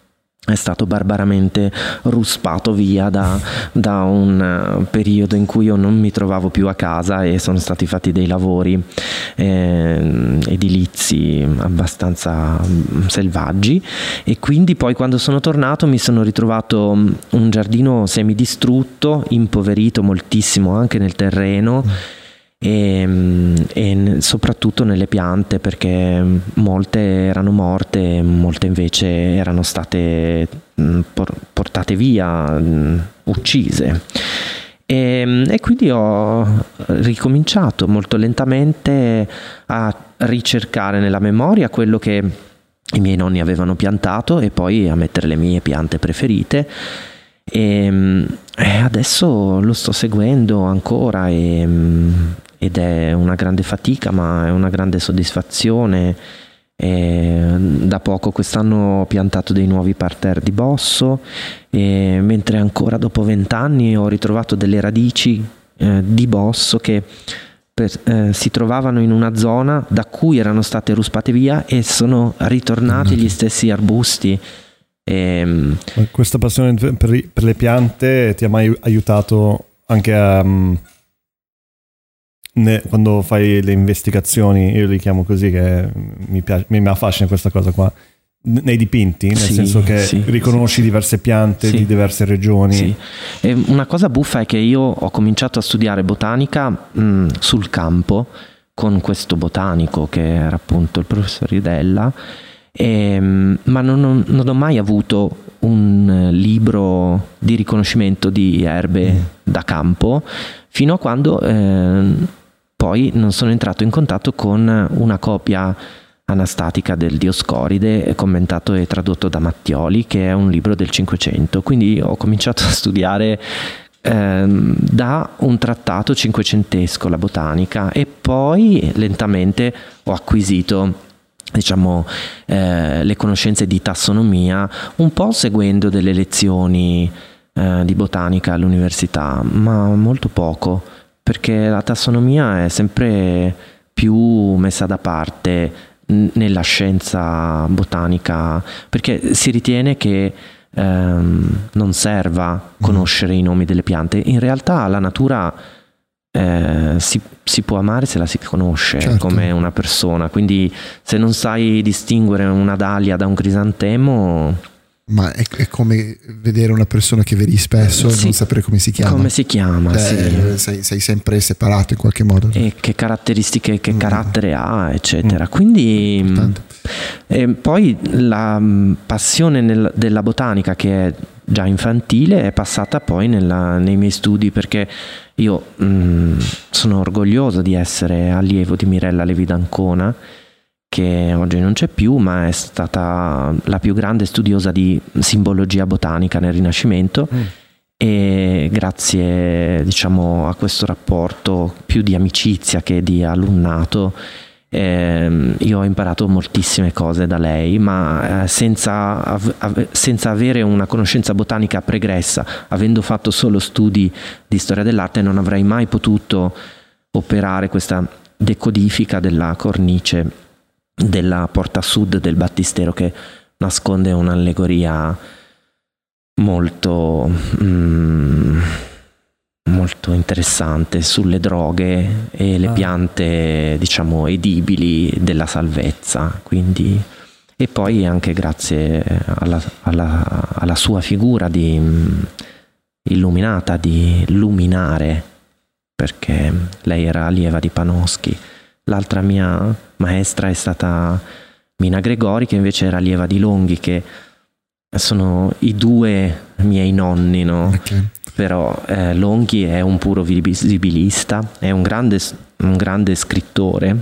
B: è stato barbaramente ruspato via da, da un periodo in cui io non mi trovavo più a casa e sono stati fatti dei lavori eh, edilizi abbastanza selvaggi, e quindi poi quando sono tornato mi sono ritrovato un giardino semidistrutto, impoverito moltissimo anche nel terreno. Mm. E, e soprattutto nelle piante, perché molte erano morte, molte invece erano state portate via, uccise, e, e quindi ho ricominciato molto lentamente a ricercare nella memoria quello che i miei nonni avevano piantato e poi a mettere le mie piante preferite. E, e adesso lo sto seguendo ancora e, ed è una grande fatica, ma è una grande soddisfazione. E da poco quest'anno ho piantato dei nuovi parterre di bosso, e mentre ancora dopo vent'anni ho ritrovato delle radici eh, di bosso che per, eh, si trovavano in una zona da cui erano state ruspate via e sono ritornati mm. gli stessi arbusti. E,
C: questa passione per, per le piante ti ha mai aiutato anche a ne, quando fai le investigazioni, io li chiamo così, che mi piace, mi affascina questa cosa qua, nei dipinti, nel
B: sì,
C: senso che
B: sì,
C: riconosci
B: sì.
C: diverse piante sì. di diverse regioni.
B: Sì. E una cosa buffa è che io ho cominciato a studiare botanica mh, sul campo con questo botanico che era appunto il professor Ridella. E, ma non, non ho mai avuto un libro di riconoscimento di erbe mm. da campo, fino a quando eh, poi non sono entrato in contatto con una copia anastatica del Dioscoride, commentato e tradotto da Mattioli, che è un libro del Cinquecento. Quindi ho cominciato a studiare eh, da un trattato cinquecentesco la botanica, e poi lentamente ho acquisito diciamo eh, le conoscenze di tassonomia, un po' seguendo delle lezioni eh, di botanica all'università, ma molto poco, perché la tassonomia è sempre più messa da parte n- nella scienza botanica, perché si ritiene che ehm, non serva conoscere mm. i nomi delle piante. In realtà la natura Eh, si, si può amare se la si conosce, certo. come una persona, quindi se non sai distinguere una dalia da un crisantemo,
A: ma è, è come vedere una persona che vedi spesso
B: sì.
A: e non sapere come si chiama,
B: come si chiama
A: cioè,
B: sì.
A: sei, sei sempre separato in qualche modo,
B: e che caratteristiche, che mm. carattere ha, eccetera.
A: mm.
B: Quindi e poi la passione nel, della botanica, che è già infantile, è passata poi nella, nei miei studi, perché io mh, sono orgoglioso di essere allievo di Mirella Levi d'Ancona, che oggi non c'è più, ma è stata la più grande studiosa di simbologia botanica nel Rinascimento. Mm. E grazie diciamo a questo rapporto più di amicizia che di alunnato, Eh, io ho imparato moltissime cose da lei, ma eh, senza, av- senza avere una conoscenza botanica pregressa, avendo fatto solo studi di storia dell'arte, non avrei mai potuto operare questa decodifica della cornice della porta sud del battistero, che nasconde un'allegoria molto mm, molto interessante sulle droghe e le ah. piante diciamo edibili della salvezza. Quindi, e poi anche grazie alla, alla, alla sua figura di illuminata, di luminare, perché lei era allieva di Panofsky. L'altra mia maestra è stata Mina Gregori, che invece era allieva di Longhi, che sono i due miei nonni, no? Okay. Però eh, Longhi è un puro visibilista, è un grande, un grande scrittore,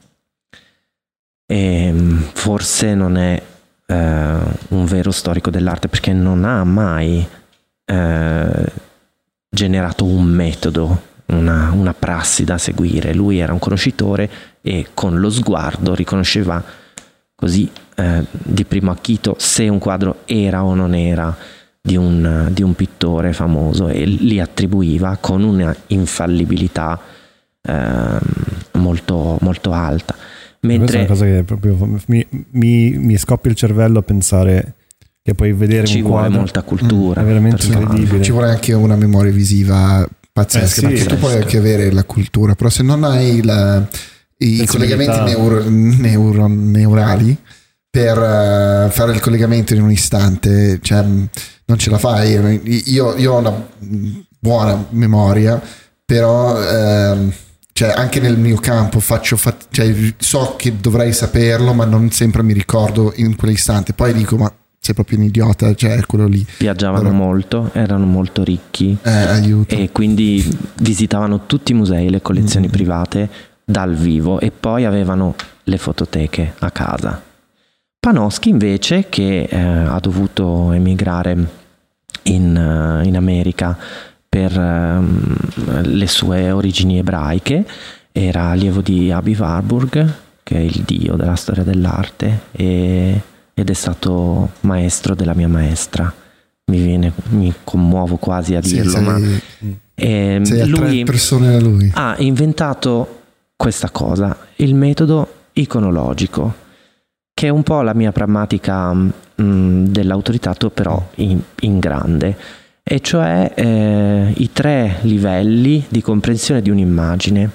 B: e forse non è eh, un vero storico dell'arte, perché non ha mai eh, generato un metodo, una, una prassi da seguire. Lui era un conoscitore e con lo sguardo riconosceva così eh, di primo acchito se un quadro era o non era di un, di un pittore famoso, e li attribuiva con una infallibilità eh, molto, molto alta. Mentre
C: questa è una cosa che proprio mi, mi, mi scoppia il cervello a pensare che puoi vedere
B: ci
C: un
B: vuole
C: quadro.
B: molta cultura,
C: Mm, è veramente
B: per
C: incredibile.
B: farlo.
A: Ci vuole anche una memoria visiva pazzesca,
C: Eh sì,
A: perché tu puoi
B: pazzesca.
A: anche avere la cultura, però se non hai la, i
C: Sensibilità.
A: collegamenti neuro, neuro- neurali per uh, fare il collegamento in un istante, cioè non ce la fai. Io, io ho una buona memoria, però ehm, cioè anche nel mio campo faccio fat- cioè, so che dovrei saperlo, ma non sempre mi ricordo in quell'istante. Poi dico, ma sei proprio un idiota, cioè è quello lì.
B: Viaggiavano
A: Allora,
B: molto, erano molto ricchi
A: eh, aiuto.
B: e quindi visitavano tutti i musei, le collezioni
A: Mm.
B: private dal vivo, e poi avevano le fototeche a casa. Panofsky invece, che eh, ha dovuto emigrare in, uh, in America per um, le sue origini ebraiche, era allievo di Abi Warburg, che è il dio della storia dell'arte, e, ed è stato maestro della mia maestra. Mi viene, mi commuovo quasi a
A: Sì,
B: dirlo,
A: sei,
B: ma ehm,
A: sei a
B: lui
A: tre persone da lui.
B: ha inventato questa cosa, il metodo iconologico, che è un po' la mia pragmatica mh, dell'autoritato, però in, in grande, e cioè eh, i tre livelli di comprensione di un'immagine.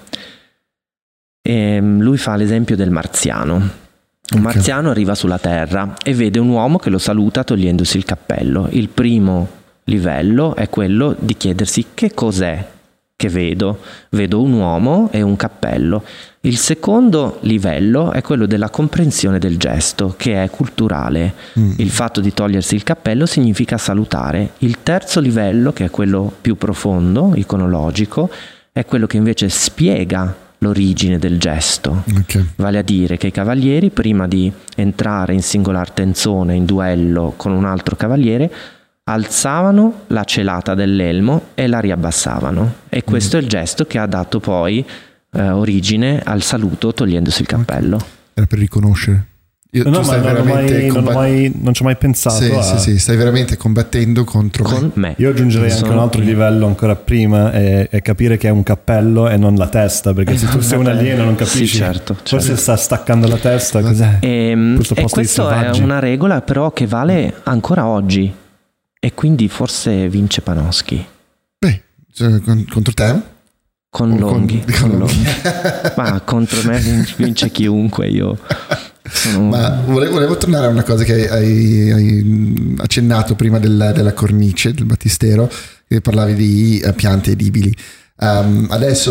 B: E, lui fa l'esempio del marziano. Un
A: Ok.
B: marziano arriva sulla Terra e vede un uomo che lo saluta togliendosi il cappello. Il primo livello è quello di chiedersi che cos'è che vedo. Vedo un uomo e un cappello. Il secondo livello è quello della comprensione del gesto, che è culturale.
A: Mm.
B: Il fatto di togliersi il cappello significa salutare. Il terzo livello, che è quello più profondo, iconologico, è quello che invece spiega l'origine del gesto.
A: Ok.
B: Vale a dire che i cavalieri, prima di entrare in singolar tenzone, in duello con un altro cavaliere, alzavano la celata dell'elmo e la riabbassavano, e questo mm. è il gesto che ha dato poi eh, origine al saluto togliendosi il cappello.
A: Era per riconoscere. Io,
C: No,
A: tu
C: no,
A: stai
C: ma non, ho
A: veramente
C: mai, non, ho
A: combat-
C: mai, non ci ho mai pensato.
A: Sì,
C: a...
A: sì, sì, stai veramente combattendo contro
B: Con
A: me.
B: me.
C: Io aggiungerei anche
B: Sono
C: un altro
B: io.
C: livello ancora prima, e, e capire che è un cappello e non la testa, perché se tu sei un alieno non capisci.
B: Sì, certo,
C: Forse
B: certo.
C: sta staccando la testa, cos'è?
B: E,
C: Questo
B: e
C: posto di
B: questo è
C: selvaggi.
B: una regola però che vale ancora oggi, e quindi forse vince Panofsky.
A: Beh, cioè, con- contro te?
B: Con
A: O
B: Longhi,
A: con-
B: con
A: con-
B: Longhi. Ma contro me vince, vince chiunque. Io sono...
A: Ma volevo, volevo tornare a una cosa che hai, hai accennato prima del- della cornice, del battistero, che parlavi di eh, piante edibili. Um,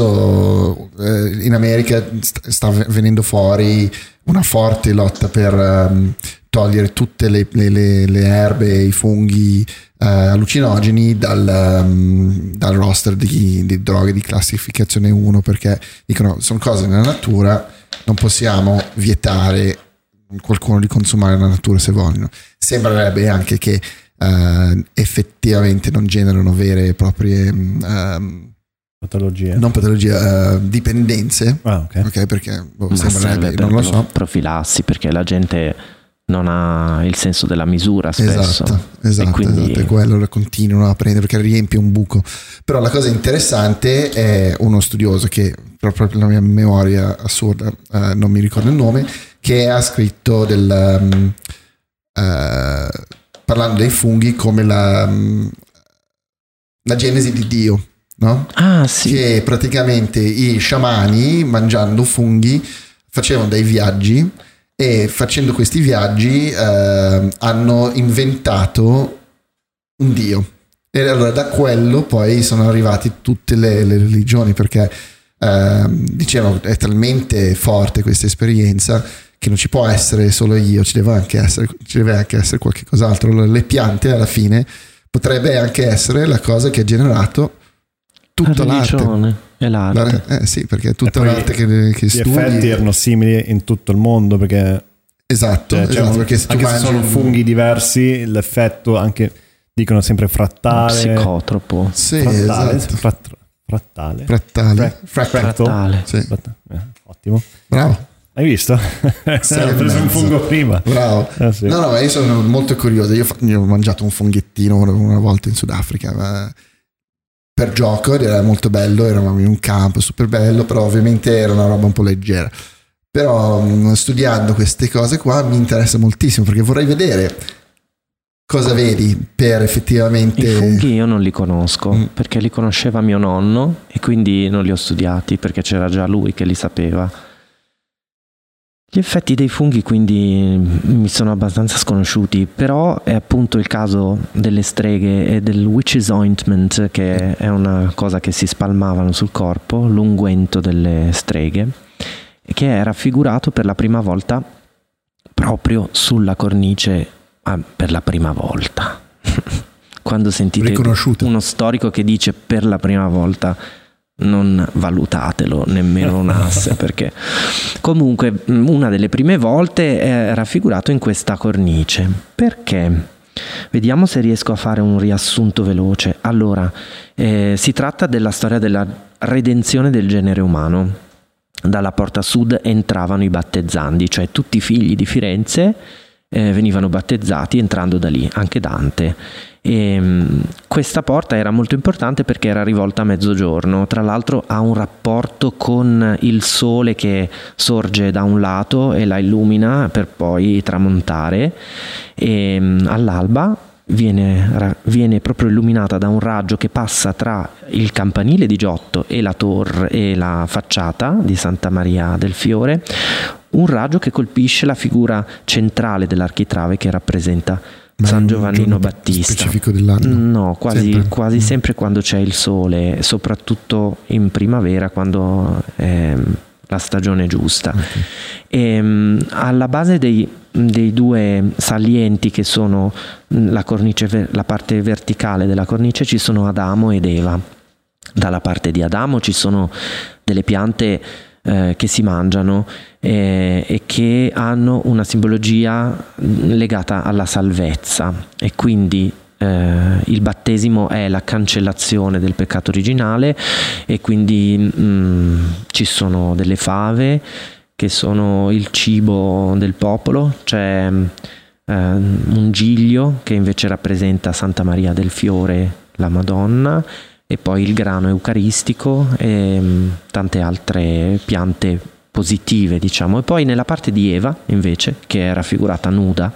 A: adesso eh, in America st- sta venendo fuori una forte lotta per um, togliere tutte le, le- le- le erbe e i funghi eh, allucinogeni dal, um, dal roster di, di droghe di classificazione uno, perché dicono sono cose nella natura, non possiamo vietare qualcuno di consumare la natura se vogliono. Sembrerebbe anche che eh, effettivamente non generano vere e proprie um,
C: Patologie.
A: non patologie, uh, dipendenze.
C: Ah, ok.
A: Ok, perché boh,
B: Ma serve
A: sembrerebbe,
B: per
A: non lo so.
B: profilassi, perché la gente non ha il senso della misura spesso.
A: Esatto, esatto,
B: E quindi...
A: esatto, e quello lo continuano a prendere perché riempie un buco. Però la cosa interessante è uno studioso che proprio la mia memoria assurda, uh, non mi ricordo il nome, che ha scritto del um, uh, parlando dei funghi come la, um, la genesi di Dio, no?
B: Ah, sì.
A: Che praticamente i sciamani, mangiando funghi, facevano dei viaggi, e facendo questi viaggi eh, hanno inventato un dio, e allora da quello poi sono arrivate tutte le, le religioni, perché eh, dicevano è talmente forte questa esperienza che non ci può essere solo io, ci deve anche essere, ci deve anche essere qualche cos'altro. Allora, le piante alla fine potrebbe anche essere la cosa che ha generato tutta
B: la
A: l'arte.
B: religione e l'arte.
A: La- eh sì, perché tutta
C: E poi
A: l'arte che, che
C: Gli
A: studi.
C: effetti erano simili in tutto il mondo, perché
A: Esatto,
C: cioè,
A: esatto,
C: cioè,
A: perché se tu
C: anche se
A: mangi
C: sono
A: un-
C: funghi diversi, l'effetto anche dicono sempre frattale.
B: Psicotropo.
A: Sì,
C: frattale,
A: esatto.
C: fratt- frattale.
A: Frattali.
C: Fra-
A: Fractal.
B: Frattale.
A: Sì.
C: Fratt- eh, ottimo.
A: Bravo.
C: Hai visto?
A: Sei
C: Ho
A: e
C: preso un
A: mezzo.
C: fungo prima.
A: Bravo.
C: Eh, sì.
A: No, no, ma io sono molto curioso. Io, fa- io ho mangiato un funghettino una, una volta in Sudafrica, ma per gioco, ed era molto bello. Eravamo in un campo super bello, però ovviamente era una roba un po' leggera. Però mh, studiando queste cose qua mi interessa moltissimo, perché vorrei vedere cosa vedi per effettivamente...
B: I funghi io non li conosco,
A: mm.
B: perché li conosceva mio nonno e quindi non li ho studiati perché c'era già lui che li sapeva. Gli effetti dei funghi quindi mi sono abbastanza sconosciuti, però è appunto il caso delle streghe e del witch's ointment, che è una cosa che si spalmavano sul corpo, l'unguento delle streghe, che è raffigurato per la prima volta proprio sulla cornice, ah, per la prima volta. Quando sentite uno storico che dice per la prima volta, non valutatelo nemmeno un asse, perché comunque una delle prime volte è raffigurato in questa cornice. Perché? Vediamo se riesco a fare un riassunto veloce. Allora, eh, si tratta della storia della redenzione del genere umano. Dalla porta sud entravano i battezzandi, cioè tutti i figli di Firenze eh, venivano battezzati entrando da lì, anche Dante. E, um, questa porta era molto importante perché era rivolta a mezzogiorno, tra l'altro ha un rapporto con il sole che sorge da un lato e la illumina per poi tramontare, e um, all'alba viene, viene proprio illuminata da un raggio che passa tra il campanile di Giotto e la torre e la facciata di Santa Maria del Fiore, un raggio che colpisce la figura centrale dell'architrave che rappresenta Ma San Giovannino Battista.
A: Specifico dell'anno?
B: No, quasi
A: sempre,
B: quasi
A: mm.
B: sempre quando c'è il sole, soprattutto in primavera quando è la stagione giusta. Okay. E, alla base dei, dei due salienti che sono la cornice, la parte verticale della cornice, ci sono Adamo ed Eva. Dalla parte di Adamo ci sono delle piante Eh, che si mangiano eh, e che hanno una simbologia legata alla salvezza, e quindi eh, il battesimo è la cancellazione del peccato originale, e quindi mh, ci sono delle fave che sono il cibo del popolo. C'è eh, un giglio che invece rappresenta Santa Maria del Fiore, la Madonna, e poi il grano eucaristico e tante altre piante positive, diciamo. E poi nella parte di Eva invece, che è raffigurata nuda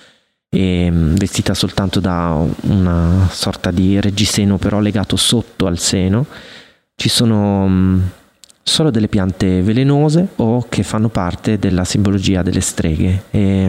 B: e vestita soltanto da una sorta di reggiseno però legato sotto al seno, ci sono solo delle piante velenose o che fanno parte della simbologia delle streghe. E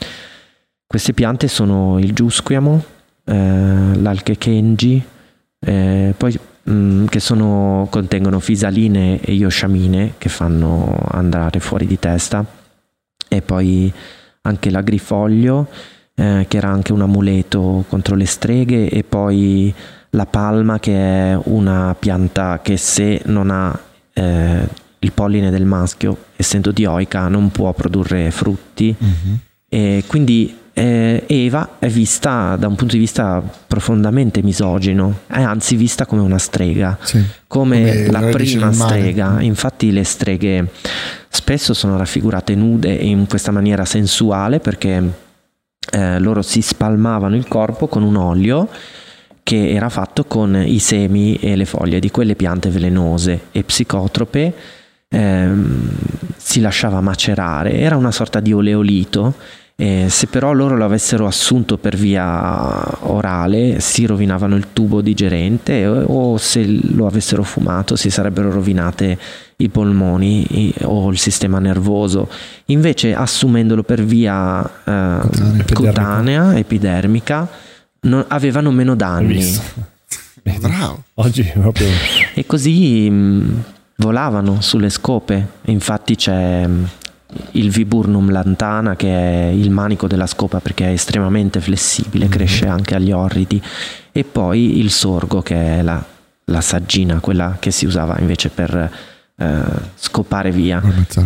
B: queste piante sono il giusquiamo, eh, l'alchechengi, Eh, poi mh, che sono, contengono fisaline e iosciamine che fanno andare fuori di testa, e poi anche l'agrifoglio eh, che era anche un amuleto contro le streghe, e poi la palma, che è una pianta che se non ha eh, il polline del maschio, essendo dioica, non può produrre frutti. Mm-hmm. E quindi Eh, Eva è vista da un punto di vista profondamente misogino, è anzi vista come una strega, sì, come, come la prima strega. Infatti le streghe spesso sono raffigurate nude in questa maniera sensuale, perché eh, loro si spalmavano il corpo con un olio che era fatto con i semi e le foglie di quelle piante velenose e psicotrope. Eh, si lasciava macerare, era una sorta di oleolito. Eh, se però loro lo avessero assunto per via orale si rovinavano il tubo digerente, o, o se lo avessero fumato si sarebbero rovinate i polmoni i, o il sistema nervoso. Invece assumendolo per via eh, cutanea, cutanea epidermica, non, avevano meno danni.
A: Bravo.
C: Oggi proprio.
B: E così mh, volavano sulle scope. Infatti c'è il viburnum lantana, che è il manico della scopa perché è estremamente flessibile, cresce anche agli orridi, e poi il sorgo, che è la, la saggina, quella che si usava invece per eh, scopare via.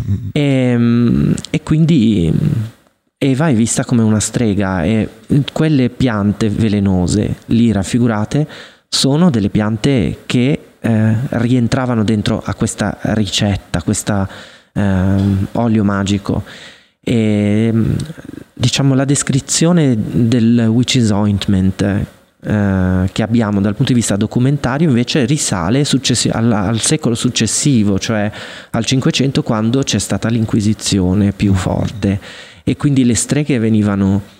B: E, e quindi Eva è vista come una strega, e quelle piante velenose lì raffigurate sono delle piante che eh, rientravano dentro a questa ricetta, questa Uh, olio magico. E diciamo la descrizione del witch's ointment uh, che abbiamo dal punto di vista documentario invece risale successi- al, al secolo successivo, cioè al Cinquecento, quando c'è stata l'inquisizione più forte, e quindi le streghe venivano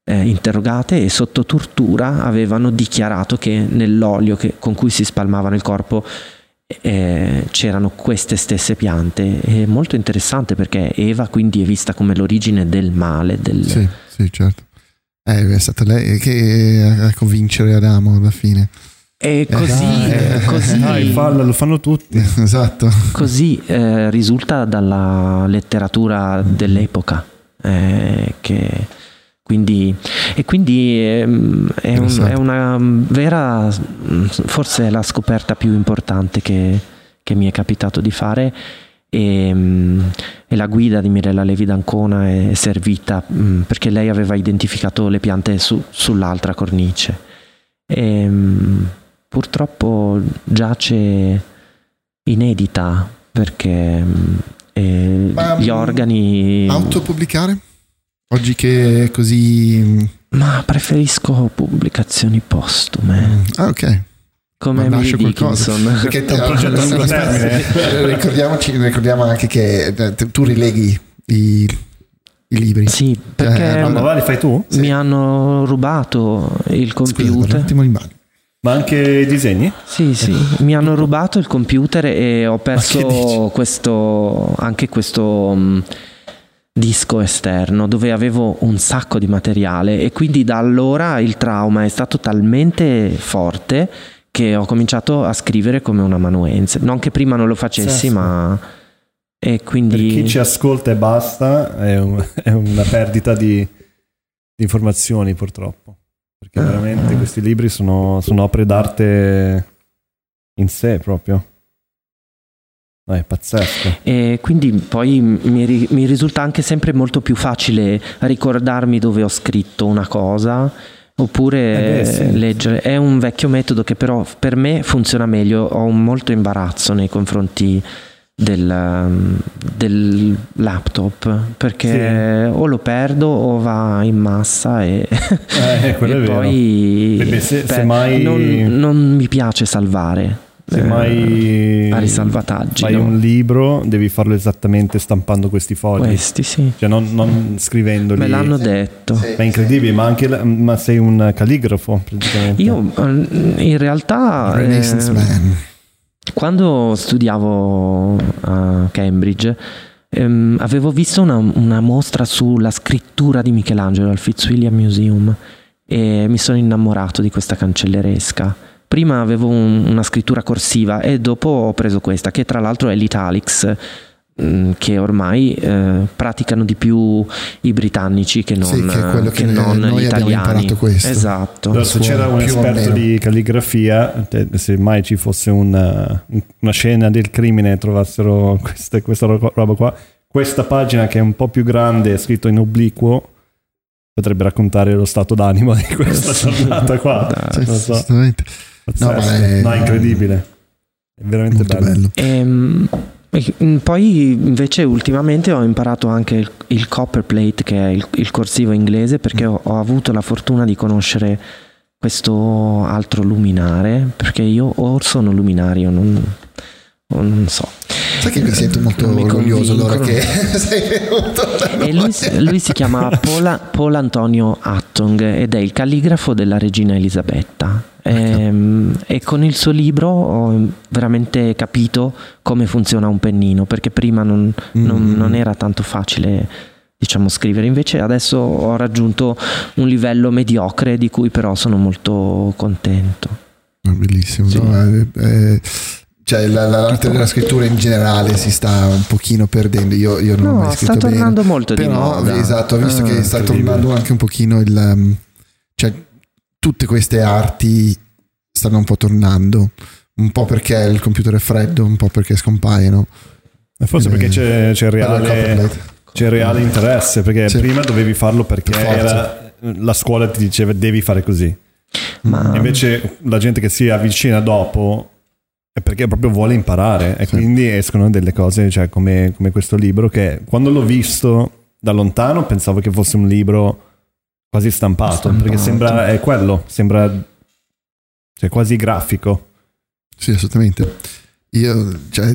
B: eh, interrogate e sotto tortura avevano dichiarato che nell'olio che, con cui si spalmavano il corpo eh, c'erano queste stesse piante. È molto interessante perché Eva quindi è vista come l'origine del male. Del...
A: Sì, sì, certo. Eh, è stata lei che a convincere Adamo alla fine.
B: E così,
A: eh,
B: così
C: dai, fallo, lo fanno tutti.
A: Esatto.
B: Così eh, risulta dalla letteratura dell'epoca. Eh, che quindi, e quindi è, è, un, è una vera, forse è la scoperta più importante che, che mi è capitato di fare. E, e la guida di Mirella Levi d'Ancona è servita mh, perché lei aveva identificato le piante su, sull'altra cornice e, mh, purtroppo giace inedita perché mh, eh,
A: Ma,
B: gli organi
A: autopubblicare? Oggi che è così...
B: Ma preferisco pubblicazioni postume.
A: Mm. Ah, ok.
B: Come Emily Dickinson.
A: Perché te, ricordiamoci, ricordiamo anche che tu rileghi i, i libri.
B: Sì, perché
C: eh, ma li fai tu?
B: Mi sì. hanno rubato il computer.
A: Scusa, un attimo,
C: ma anche i disegni?
B: Sì, sì, mi hanno rubato il computer e ho perso questo, anche questo um, disco esterno dove avevo un sacco di materiale e quindi da allora il trauma è stato talmente forte che ho cominciato a scrivere come un amanuense. Non che prima non lo facessi, sì, ma... E quindi...
C: Per chi ci ascolta e basta, è, un, è una perdita di, di informazioni purtroppo. Perché veramente uh. questi libri sono, sono opere d'arte in sé proprio. No, è pazzesco.
B: E quindi poi mi, mi risulta anche sempre molto più facile ricordarmi dove ho scritto una cosa... Oppure eh beh, sì. leggere. È un vecchio metodo che però per me funziona meglio. Ho un molto imbarazzo nei confronti del, del laptop perché sì. o lo perdo o va in massa e,
C: eh, quello
B: e
C: è
B: poi
C: vero. Se,
B: beh,
C: se mai...
B: non, non mi piace salvare.
C: Se mai
B: vari salvataggi,
C: fai
B: no?
C: un libro devi farlo esattamente stampando questi fogli,
B: questi sì,
C: cioè non, non scrivendoli.
B: Me l'hanno detto.
C: Sì, ma è incredibile, ma anche la, ma sei un calligrafo praticamente.
B: Io in realtà
A: Renaissance
B: eh,
A: man.
B: Quando studiavo a Cambridge ehm, avevo visto una, una mostra sulla scrittura di Michelangelo al Fitzwilliam Museum e mi sono innamorato di questa cancelleresca. Prima avevo un, una scrittura corsiva e dopo ho preso questa, che tra l'altro è l'italics, mh, che ormai eh, praticano di più i britannici che non,
A: sì, che è quello che,
B: che non
A: noi
B: gli
A: abbiamo
B: italiani.
A: Imparato questo.
B: Esatto.
C: Allora, se c'era un esperto di calligrafia, se mai ci fosse una, una scena del crimine e trovassero queste, questa roba qua, questa pagina che è un po' più grande, è scritto in obliquo, potrebbe raccontare lo stato d'animo di questa giornata qua.
A: Sì,
C: non so.
A: No, ma è...
C: no, è incredibile, è veramente bello,
B: bello. E, poi invece ultimamente ho imparato anche il, il copperplate, che è il, il corsivo inglese, perché ho, ho avuto la fortuna di conoscere questo altro luminare, perché io o sono luminario, non, non so.
A: Sai che mi sento molto
B: mi
A: orgoglioso allora che sei venuto.
B: E lui, lui si chiama Paul, Paul Antonio Attong ed è il calligrafo della regina Elisabetta. E, e con il suo libro ho veramente capito come funziona un pennino, perché prima non, non, mm. non era tanto facile, diciamo, scrivere. Invece adesso ho raggiunto un livello mediocre di cui però sono molto contento.
A: Bellissimo,
B: sì.
A: no? eh, eh, cioè la, l'arte della scrittura in generale si sta un pochino perdendo. Io, io non
B: no,
A: ho mai scritto
B: sta tornando
A: bene,
B: molto
A: però,
B: di moda.
A: Esatto, ho visto ah, che sta tornando anche un pochino il um, cioè tutte queste arti stanno un po' tornando, un po' perché il computer è freddo, un po' perché scompaiono.
C: E forse perché c'è, c'è reale c'è reale interesse, perché sì. prima dovevi farlo perché per era, la scuola ti diceva devi fare così. Ma invece la gente che si avvicina dopo è perché proprio vuole imparare e sì. quindi escono delle cose, cioè come, come questo libro, che quando l'ho visto da lontano pensavo che fosse un libro quasi stampato, stampato. perché sembra è quello, sembra cioè quasi grafico.
A: Sì, assolutamente. Io, cioè,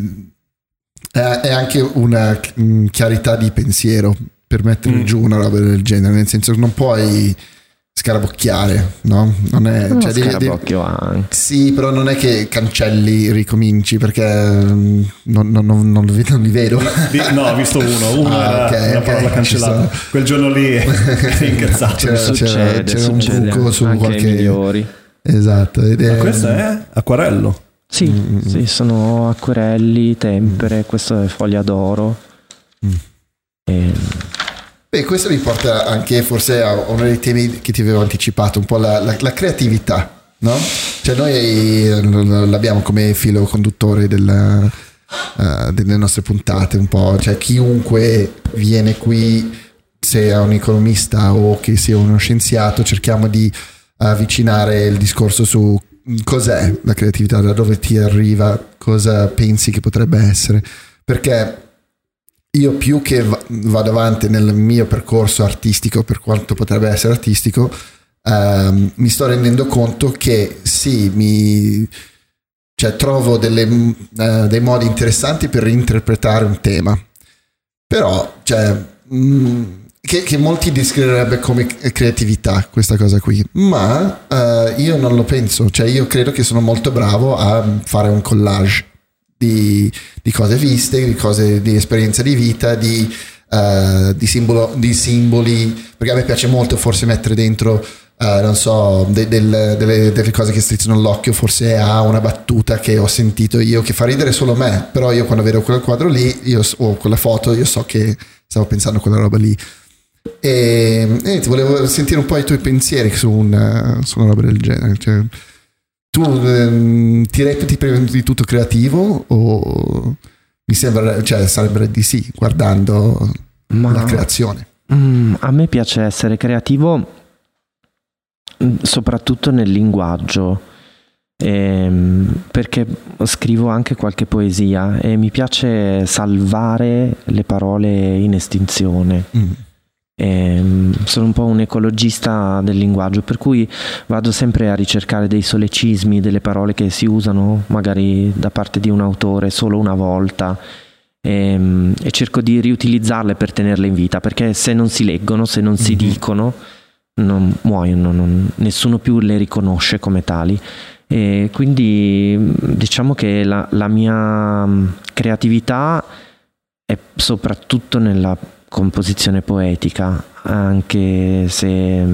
A: è, è anche una chiarità di pensiero per mettere mm. giù una roba del genere, nel senso che non puoi scarabocchiare, no? Non è,
B: no,
A: cioè,
B: scarabocchio
A: devi,
B: anche.
A: Sì, però non è che cancelli, ricominci, perché non, non, non, non, non li vedo.
C: No, ho visto uno, uno ah, era okay, una parola okay, cancellata. Quel giorno lì è incazzato.
A: C'era,
B: succede,
A: c'era
B: succede
A: un buco su
B: anche
A: qualche...
B: ai migliori.
A: Esatto. Ed è...
C: Ma questo è acquarello?
B: Sì, mm. sì, sono acquerelli, tempere, mm. questo è foglia d'oro. Mm. E...
A: Beh, questo mi porta anche forse a uno dei temi che ti avevo anticipato, un po' la, la, la creatività, no? Cioè noi l'abbiamo come filo conduttore della, uh, delle nostre puntate un po', cioè chiunque viene qui, sia un economista o che sia uno scienziato, cerchiamo di avvicinare il discorso su cos'è la creatività, da dove ti arriva, cosa pensi che potrebbe essere, perché io più che vado avanti nel mio percorso artistico, per quanto potrebbe essere artistico, ehm, mi sto rendendo conto che sì, mi, cioè, trovo delle, eh, dei modi interessanti per reinterpretare un tema, però cioè, mh, che, che molti descriverebbe come creatività questa cosa qui, ma eh, io non lo penso, cioè io credo che sono molto bravo a fare un collage di, di cose viste, di cose, di esperienza di vita, di, uh, di, simbolo, di simboli, perché a me piace molto forse mettere dentro uh, non so, de, del, delle, delle cose che strizzano l'occhio, forse ha una battuta che ho sentito io che fa ridere solo me, però io quando vedo quel quadro lì io, o quella foto, io so che stavo pensando a quella roba lì. E, e ti volevo sentire un po' i tuoi pensieri su una, su una roba del genere, cioè, tu ehm, ti reputi prima di tutto creativo o mi sembra, cioè sarebbe di sì, guardando Ma, la creazione?
B: Mm, a me piace essere creativo soprattutto nel linguaggio, ehm, perché scrivo anche qualche poesia e mi piace salvare le parole in estinzione. Mm. E sono un po' un ecologista del linguaggio, per cui vado sempre a ricercare dei solecismi, delle parole che si usano magari da parte di un autore solo una volta e, e cerco di riutilizzarle per tenerle in vita, perché se non si leggono, se non si mm-hmm. dicono, non muoiono, non, nessuno più le riconosce come tali. E quindi diciamo che la, la mia creatività è soprattutto nella composizione poetica, anche se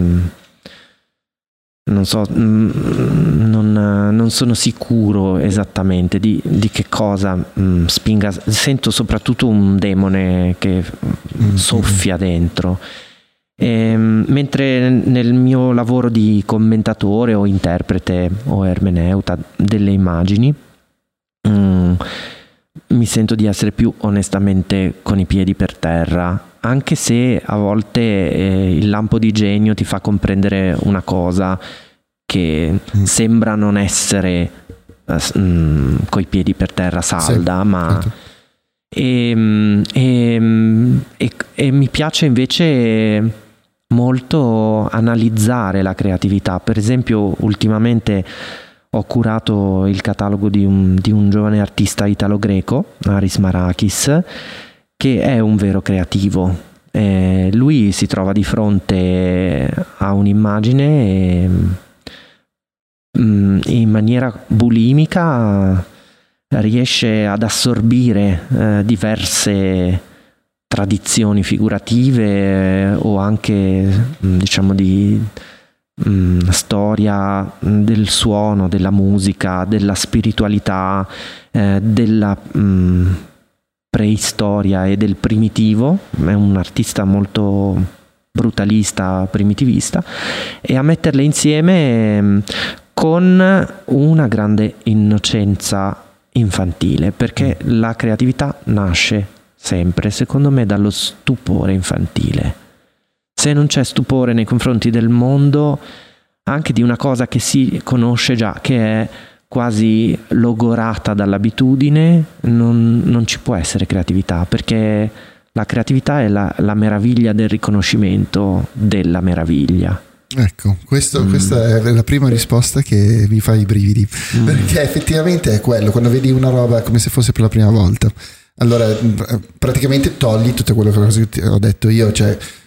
B: non so, non, non sono sicuro esattamente di, di che cosa mh, spinga. Sento soprattutto un demone che mm-hmm. soffia dentro. E, mentre nel mio lavoro di commentatore o interprete o ermeneuta delle immagini mh, mi sento di essere più onestamente con i piedi per terra, anche se a volte eh, il lampo di genio ti fa comprendere una cosa che mm. sembra non essere eh, mh, coi piedi per terra salda, sì, ma certo. e, e, e, e mi piace invece molto analizzare la creatività. Per esempio ultimamente ho curato il catalogo di un, di un giovane artista italo-greco, Aris Marakis, che è un vero creativo. Eh, lui si trova di fronte a un'immagine e mh, in maniera bulimica riesce ad assorbire eh, diverse tradizioni figurative eh, o anche mh, diciamo di mh, storia del suono, della musica, della spiritualità, eh, della mh, preistoria e del primitivo. È un artista molto brutalista, primitivista, e a metterle insieme mh, con una grande innocenza infantile, perché la creatività nasce sempre, secondo me, dallo stupore infantile. Se non c'è stupore nei confronti del mondo, anche di una cosa che si conosce già, che è quasi logorata dall'abitudine, non, non ci può essere creatività, perché la creatività è la, la meraviglia del riconoscimento della meraviglia.
A: Ecco, questo, mm. questa è la prima risposta che mi fa i brividi, mm. perché effettivamente è quello, quando vedi una roba come se fosse per la prima volta, allora praticamente togli tutto quello che ho detto io, cioè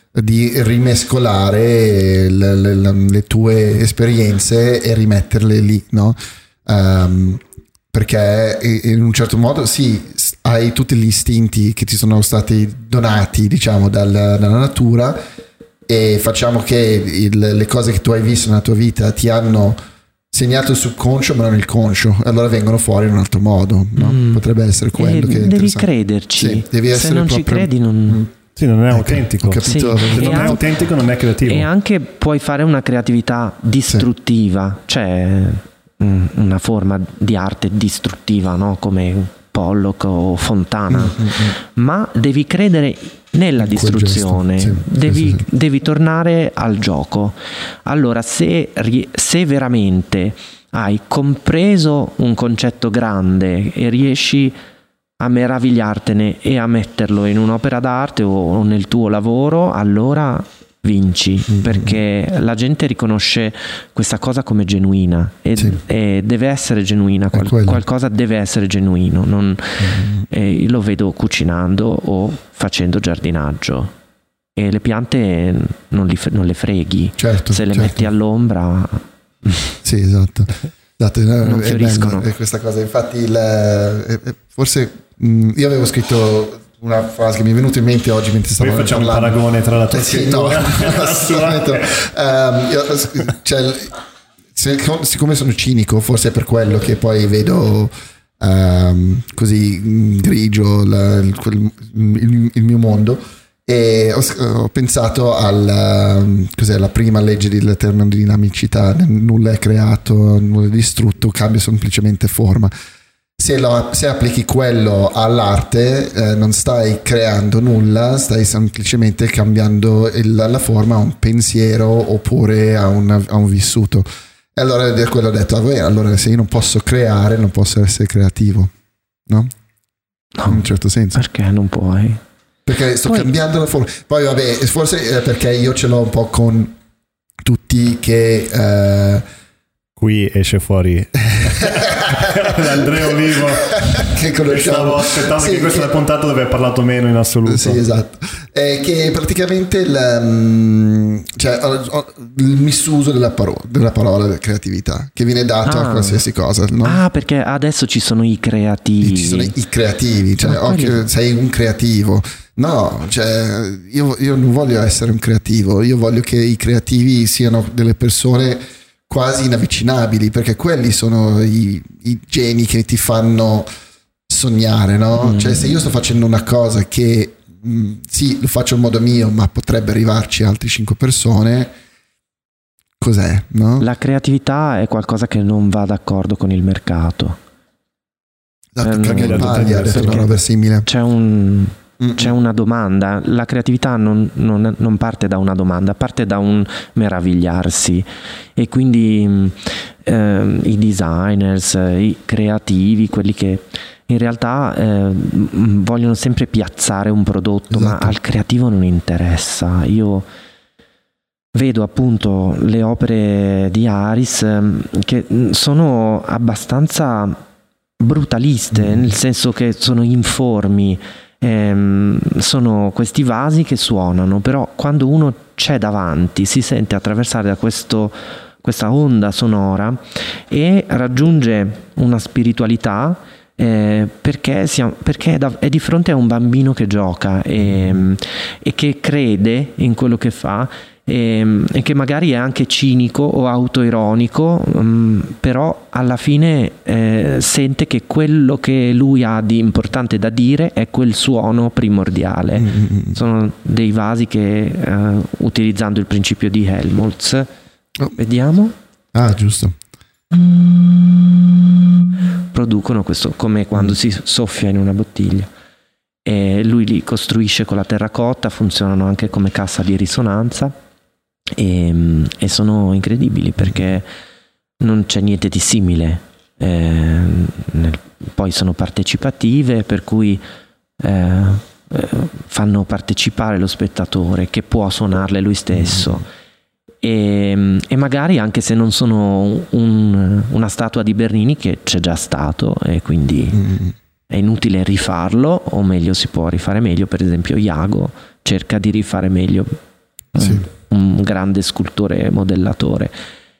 A: di rimescolare le, le, le tue esperienze e rimetterle lì, no? Um, perché in un certo modo sì, hai tutti gli istinti che ti sono stati donati, diciamo, dal, dalla natura, e facciamo che il, le cose che tu hai visto nella tua vita ti hanno segnato il subconscio ma non il conscio, allora vengono fuori in un altro modo, no? Mm. Potrebbe essere quello
B: e
A: che
B: devi crederci,
A: sì, devi
B: se
A: essere
B: non
A: proprio...
B: ci credi non...
C: Mm. Sì, non è autentico.
A: Sì,
B: sì.
C: Se non è autentico non è creativo.
B: E anche puoi fare una creatività distruttiva, sì. Cioè una forma di arte distruttiva, no? Come Pollock o Fontana, mm-hmm. ma devi credere nella distruzione, sì, devi, sì, sì. devi tornare al gioco. Allora se, se veramente hai compreso un concetto grande e riesci a meravigliartene e a metterlo in un'opera d'arte o nel tuo lavoro, allora vinci, mm-hmm. perché la gente riconosce questa cosa come genuina e, sì. e deve essere genuina, qual- qualcosa deve essere genuino, non, mm-hmm. eh, io lo vedo cucinando o facendo giardinaggio e le piante non, li, non le freghi,
A: certo,
B: se le
A: certo.
B: metti all'ombra
A: sì, esatto, esatto
B: non
A: è
B: fioriscono.
A: Bello, è questa cosa, infatti il, forse mh, io avevo scritto una frase che mi è venuta in mente oggi mentre stavo
C: parlando. Poi facciamo
A: parlando.
C: un paragone tra la tua
A: eh sì, no, assolutamente. um, io, cioè, siccome sono cinico, forse è per quello che poi vedo um, così grigio la, il, il, il mio mondo, e ho, ho pensato al cos'è la prima legge della termodinamicità: nulla è creato, nulla è distrutto, cambia semplicemente forma. Se, lo, se applichi quello all'arte, eh, non stai creando nulla, stai semplicemente cambiando il, la forma a un pensiero oppure a, una, a un vissuto. E allora da quello ho detto, ah, beh, allora se io non posso creare, non posso essere creativo, no?
B: No,
A: in un certo senso.
B: Perché non puoi?
A: Perché sto Poi... cambiando la forma. Poi vabbè, forse è perché io ce l'ho un po' con tutti che... Eh...
C: Qui esce fuori... Andrea Olivo
A: che conosciamo,
C: aspettavo
A: sì,
C: che questa
A: che...
C: è la puntata dove hai parlato meno in assoluto.
A: Sì, esatto. Eh, che praticamente il, cioè, il misuso della parola, della parola creatività che viene dato ah. a qualsiasi cosa, no?
B: Ah, perché adesso ci sono i creativi.
A: Ci sono i creativi, cioè oh, quelli... sei un creativo. No, cioè io, io non voglio essere un creativo, io voglio che i creativi siano delle persone quasi inavvicinabili, perché quelli sono i, i geni che ti fanno sognare, no? Mm. Cioè se io sto facendo una cosa che mh, sì, lo faccio in modo mio, ma potrebbe arrivarci altre cinque persone, cos'è, no?
B: La creatività è qualcosa che non va d'accordo con il mercato.
A: Esatto, caga in paglia, ha detto una roba simile.
B: C'è un... C'è una domanda, la creatività non, non, non parte da una domanda, parte da un meravigliarsi, e quindi eh, i designers, i creativi, quelli che in realtà eh, vogliono sempre piazzare un prodotto, esatto. ma al creativo non interessa. Io vedo appunto le opere di Haris eh, che sono abbastanza brutaliste, mm. nel senso che sono informi. Ehm, sono questi vasi che suonano, però quando uno c'è davanti si sente attraversare da questo, questa onda sonora e raggiunge una spiritualità eh, perché, siamo, perché è, da, è di fronte a un bambino che gioca e, e che crede in quello che fa e, e che magari è anche cinico o autoironico, um, però alla fine eh, sente che quello che lui ha di importante da dire è quel suono primordiale. Mm-hmm. Sono dei vasi che uh, utilizzando il principio di Helmholtz, oh. vediamo,
A: ah giusto,
B: producono questo, come quando mm. si soffia in una bottiglia, e lui li costruisce con la terracotta, funzionano anche come cassa di risonanza. E, e sono incredibili perché non c'è niente di simile, eh, nel, poi sono partecipative, per cui eh, eh, fanno partecipare lo spettatore che può suonarle lui stesso, e, e magari anche se non sono un, una statua di Bernini, che c'è già stato e quindi è inutile rifarlo, o meglio si può rifare meglio. Per esempio Iago cerca di rifare meglio sì. un, un grande scultore modellatore.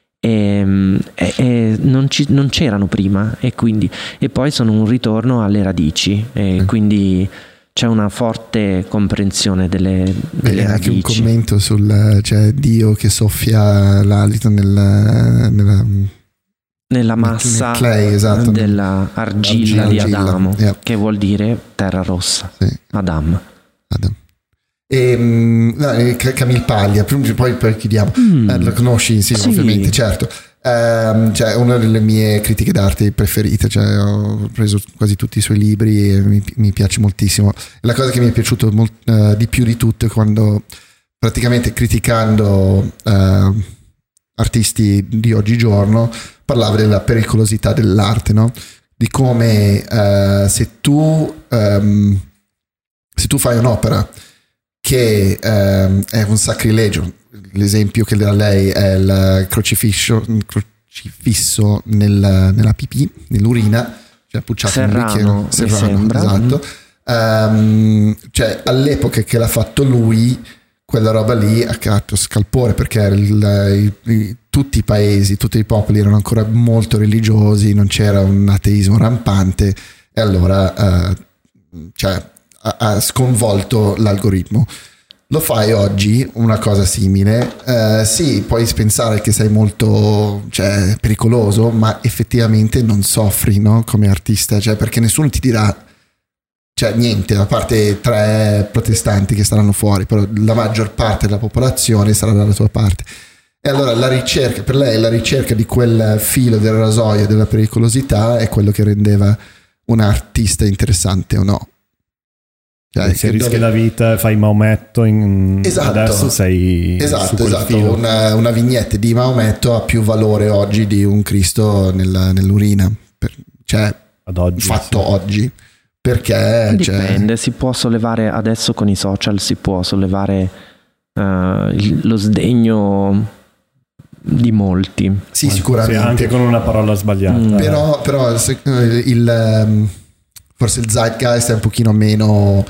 B: E, e, e non, ci, non c'erano prima, e quindi e poi sono un ritorno alle radici, e mm. quindi c'è una forte comprensione delle, delle
A: Beh,
B: radici.
A: Anche un commento sul, cioè, Dio che soffia l'alito nel, nella
B: nella massa
A: clay, esatto,
B: della argilla, argilla di Adamo, yeah. che vuol dire terra rossa, sì. Adam.
A: Adam. E, no, Camille Paglia, poi, poi chiudiamo. Mm. Eh, lo conosci? Sì, sì, ovviamente, certo. Eh, cioè, una delle mie critiche d'arte preferite, cioè, ho preso quasi tutti i suoi libri e mi, mi piace moltissimo. La cosa che mi è piaciuto molt, uh, di più di tutto è quando, praticamente criticando uh, artisti di oggigiorno, parlava della pericolosità dell'arte, no? Di come uh, se tu um, se tu fai un'opera che um, è un sacrilegio, l'esempio che da lei è il crocifisso, il crocifisso nel, nella pipì, nell'urina, cioè pucciato
B: Serrano,
A: nel bicchiere, Serrano, esatto. Um, cioè all'epoca che l'ha fatto lui, quella roba lì ha creato scalpore, perché il, il, il, tutti i paesi, tutti i popoli erano ancora molto religiosi, non c'era un ateismo rampante, e allora uh, cioè, ha, ha sconvolto l'algoritmo. Lo fai oggi, una cosa simile, uh, sì, puoi pensare che sei molto, cioè, pericoloso, ma effettivamente non soffri, no? Come artista, cioè, perché nessuno ti dirà, cioè niente, a parte tre protestanti che staranno fuori, però la maggior parte della popolazione sarà dalla tua parte. E allora la ricerca, per lei la ricerca di quel filo del rasoio della pericolosità è quello che rendeva un artista interessante o no.
C: Cioè, se rischi dove... la vita, fai Maometto in...
A: esatto.
C: Adesso sei
A: esatto, esatto. Una, una vignetta di Maometto ha più valore oggi di un Cristo nella, nell'urina, per, cioè ad oggi, fatto sì. oggi. Perché
B: dipende,
A: cioè...
B: si può sollevare adesso con i social, si può sollevare uh, il, lo sdegno di molti.
A: Sì, sicuramente.
C: Sì, anche con una parola sbagliata.
A: Mm. Però, però se, il, forse il zeitgeist è un pochino meno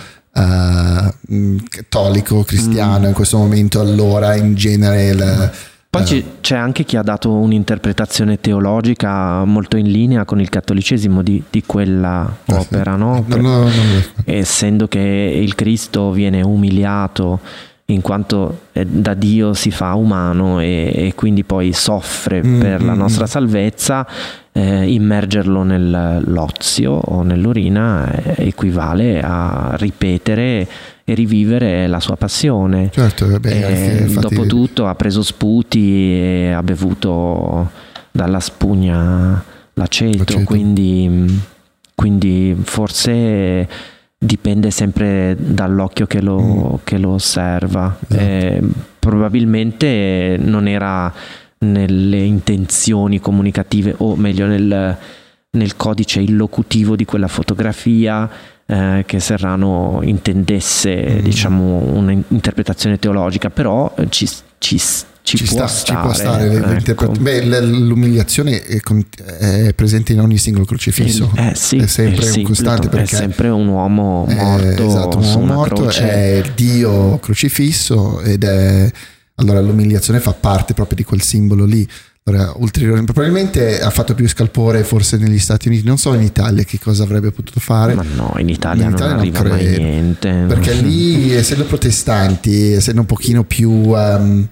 A: uh, cattolico, cristiano mm. in questo momento, allora in genere... Il,
B: Poi eh. c'è anche chi ha dato un'interpretazione teologica molto in linea con il cattolicesimo di, di quella eh, opera, no?
A: No, no, no, no.
B: Essendo che il Cristo viene umiliato in quanto da Dio si fa umano e, e quindi poi soffre mm, per mm, la nostra mm. salvezza, eh, immergerlo nell'ozio o nell'urina eh, equivale a ripetere e rivivere la sua passione.
A: Certo, vabbè,
B: dopo tutto ha preso sputi e ha bevuto dalla spugna l'aceto, l'aceto. Quindi, quindi forse dipende sempre dall'occhio che lo, mm. che lo osserva. Esatto. Eh, probabilmente non era nelle intenzioni comunicative, o meglio nel, nel codice illocutivo di quella fotografia, Eh, che Serrano intendesse mm. diciamo un'interpretazione teologica, però ci, ci, ci,
A: ci
B: può
A: sta,
B: stare,
A: ci può stare
B: ecco.
A: Beh, l'umiliazione è, è presente in ogni singolo crocifisso,
B: eh, sì,
A: è sempre un costante, perché
B: è sempre un uomo morto,
A: è, esatto, un uomo morto
B: croce.
A: È Dio crocifisso, ed è allora l'umiliazione fa parte proprio di quel simbolo lì. Allora, ulteriormente, probabilmente ha fatto più scalpore forse negli Stati Uniti, non so in Italia che cosa avrebbe potuto fare.
B: Ma no, in Italia, in Italia non, non arriva mai niente,
A: perché lì, essendo protestanti, essendo un pochino più um,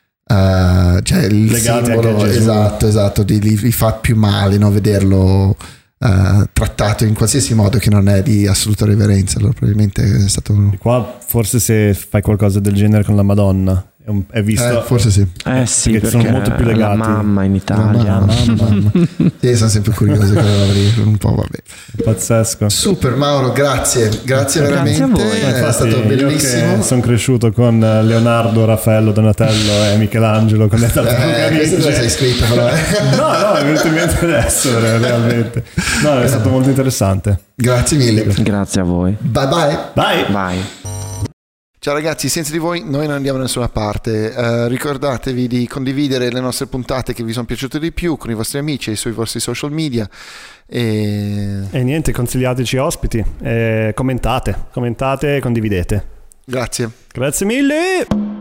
A: uh, cioè il legati simbolo, esatto, esatto, li, li fa più male, no? Vederlo uh, trattato in qualsiasi modo che non è di assoluta reverenza. Allora probabilmente è stato...
C: E qua forse se fai qualcosa del genere con la Madonna è, un, è visto,
A: eh, forse sì,
B: eh sì, perché,
C: perché sono molto più legati.
B: La mamma in Italia,
A: mamma, mamma, mamma. Sì, sono sempre curioso un po', vabbè.
C: Pazzesco.
A: Super Mauro, grazie, grazie veramente,
B: grazie a voi.
A: È
C: Infatti,
A: stato bellissimo.
C: Sono cresciuto con Leonardo, Raffaello, Donatello e Michelangelo con le
A: tartarughe ninja. Questo sei iscritto però, eh.
C: No, no, è venuto in mente adesso realmente. No, è stato molto interessante.
A: Grazie mille.
B: Grazie a voi.
A: Bye bye.
C: Bye.
B: Bye.
A: Ciao ragazzi, senza di voi noi non andiamo da nessuna parte. Uh, ricordatevi di condividere le nostre puntate che vi sono piaciute di più con i vostri amici e sui vostri social media. E,
C: e niente, consigliateci ospiti, e commentate, commentate e condividete.
A: Grazie.
C: Grazie mille.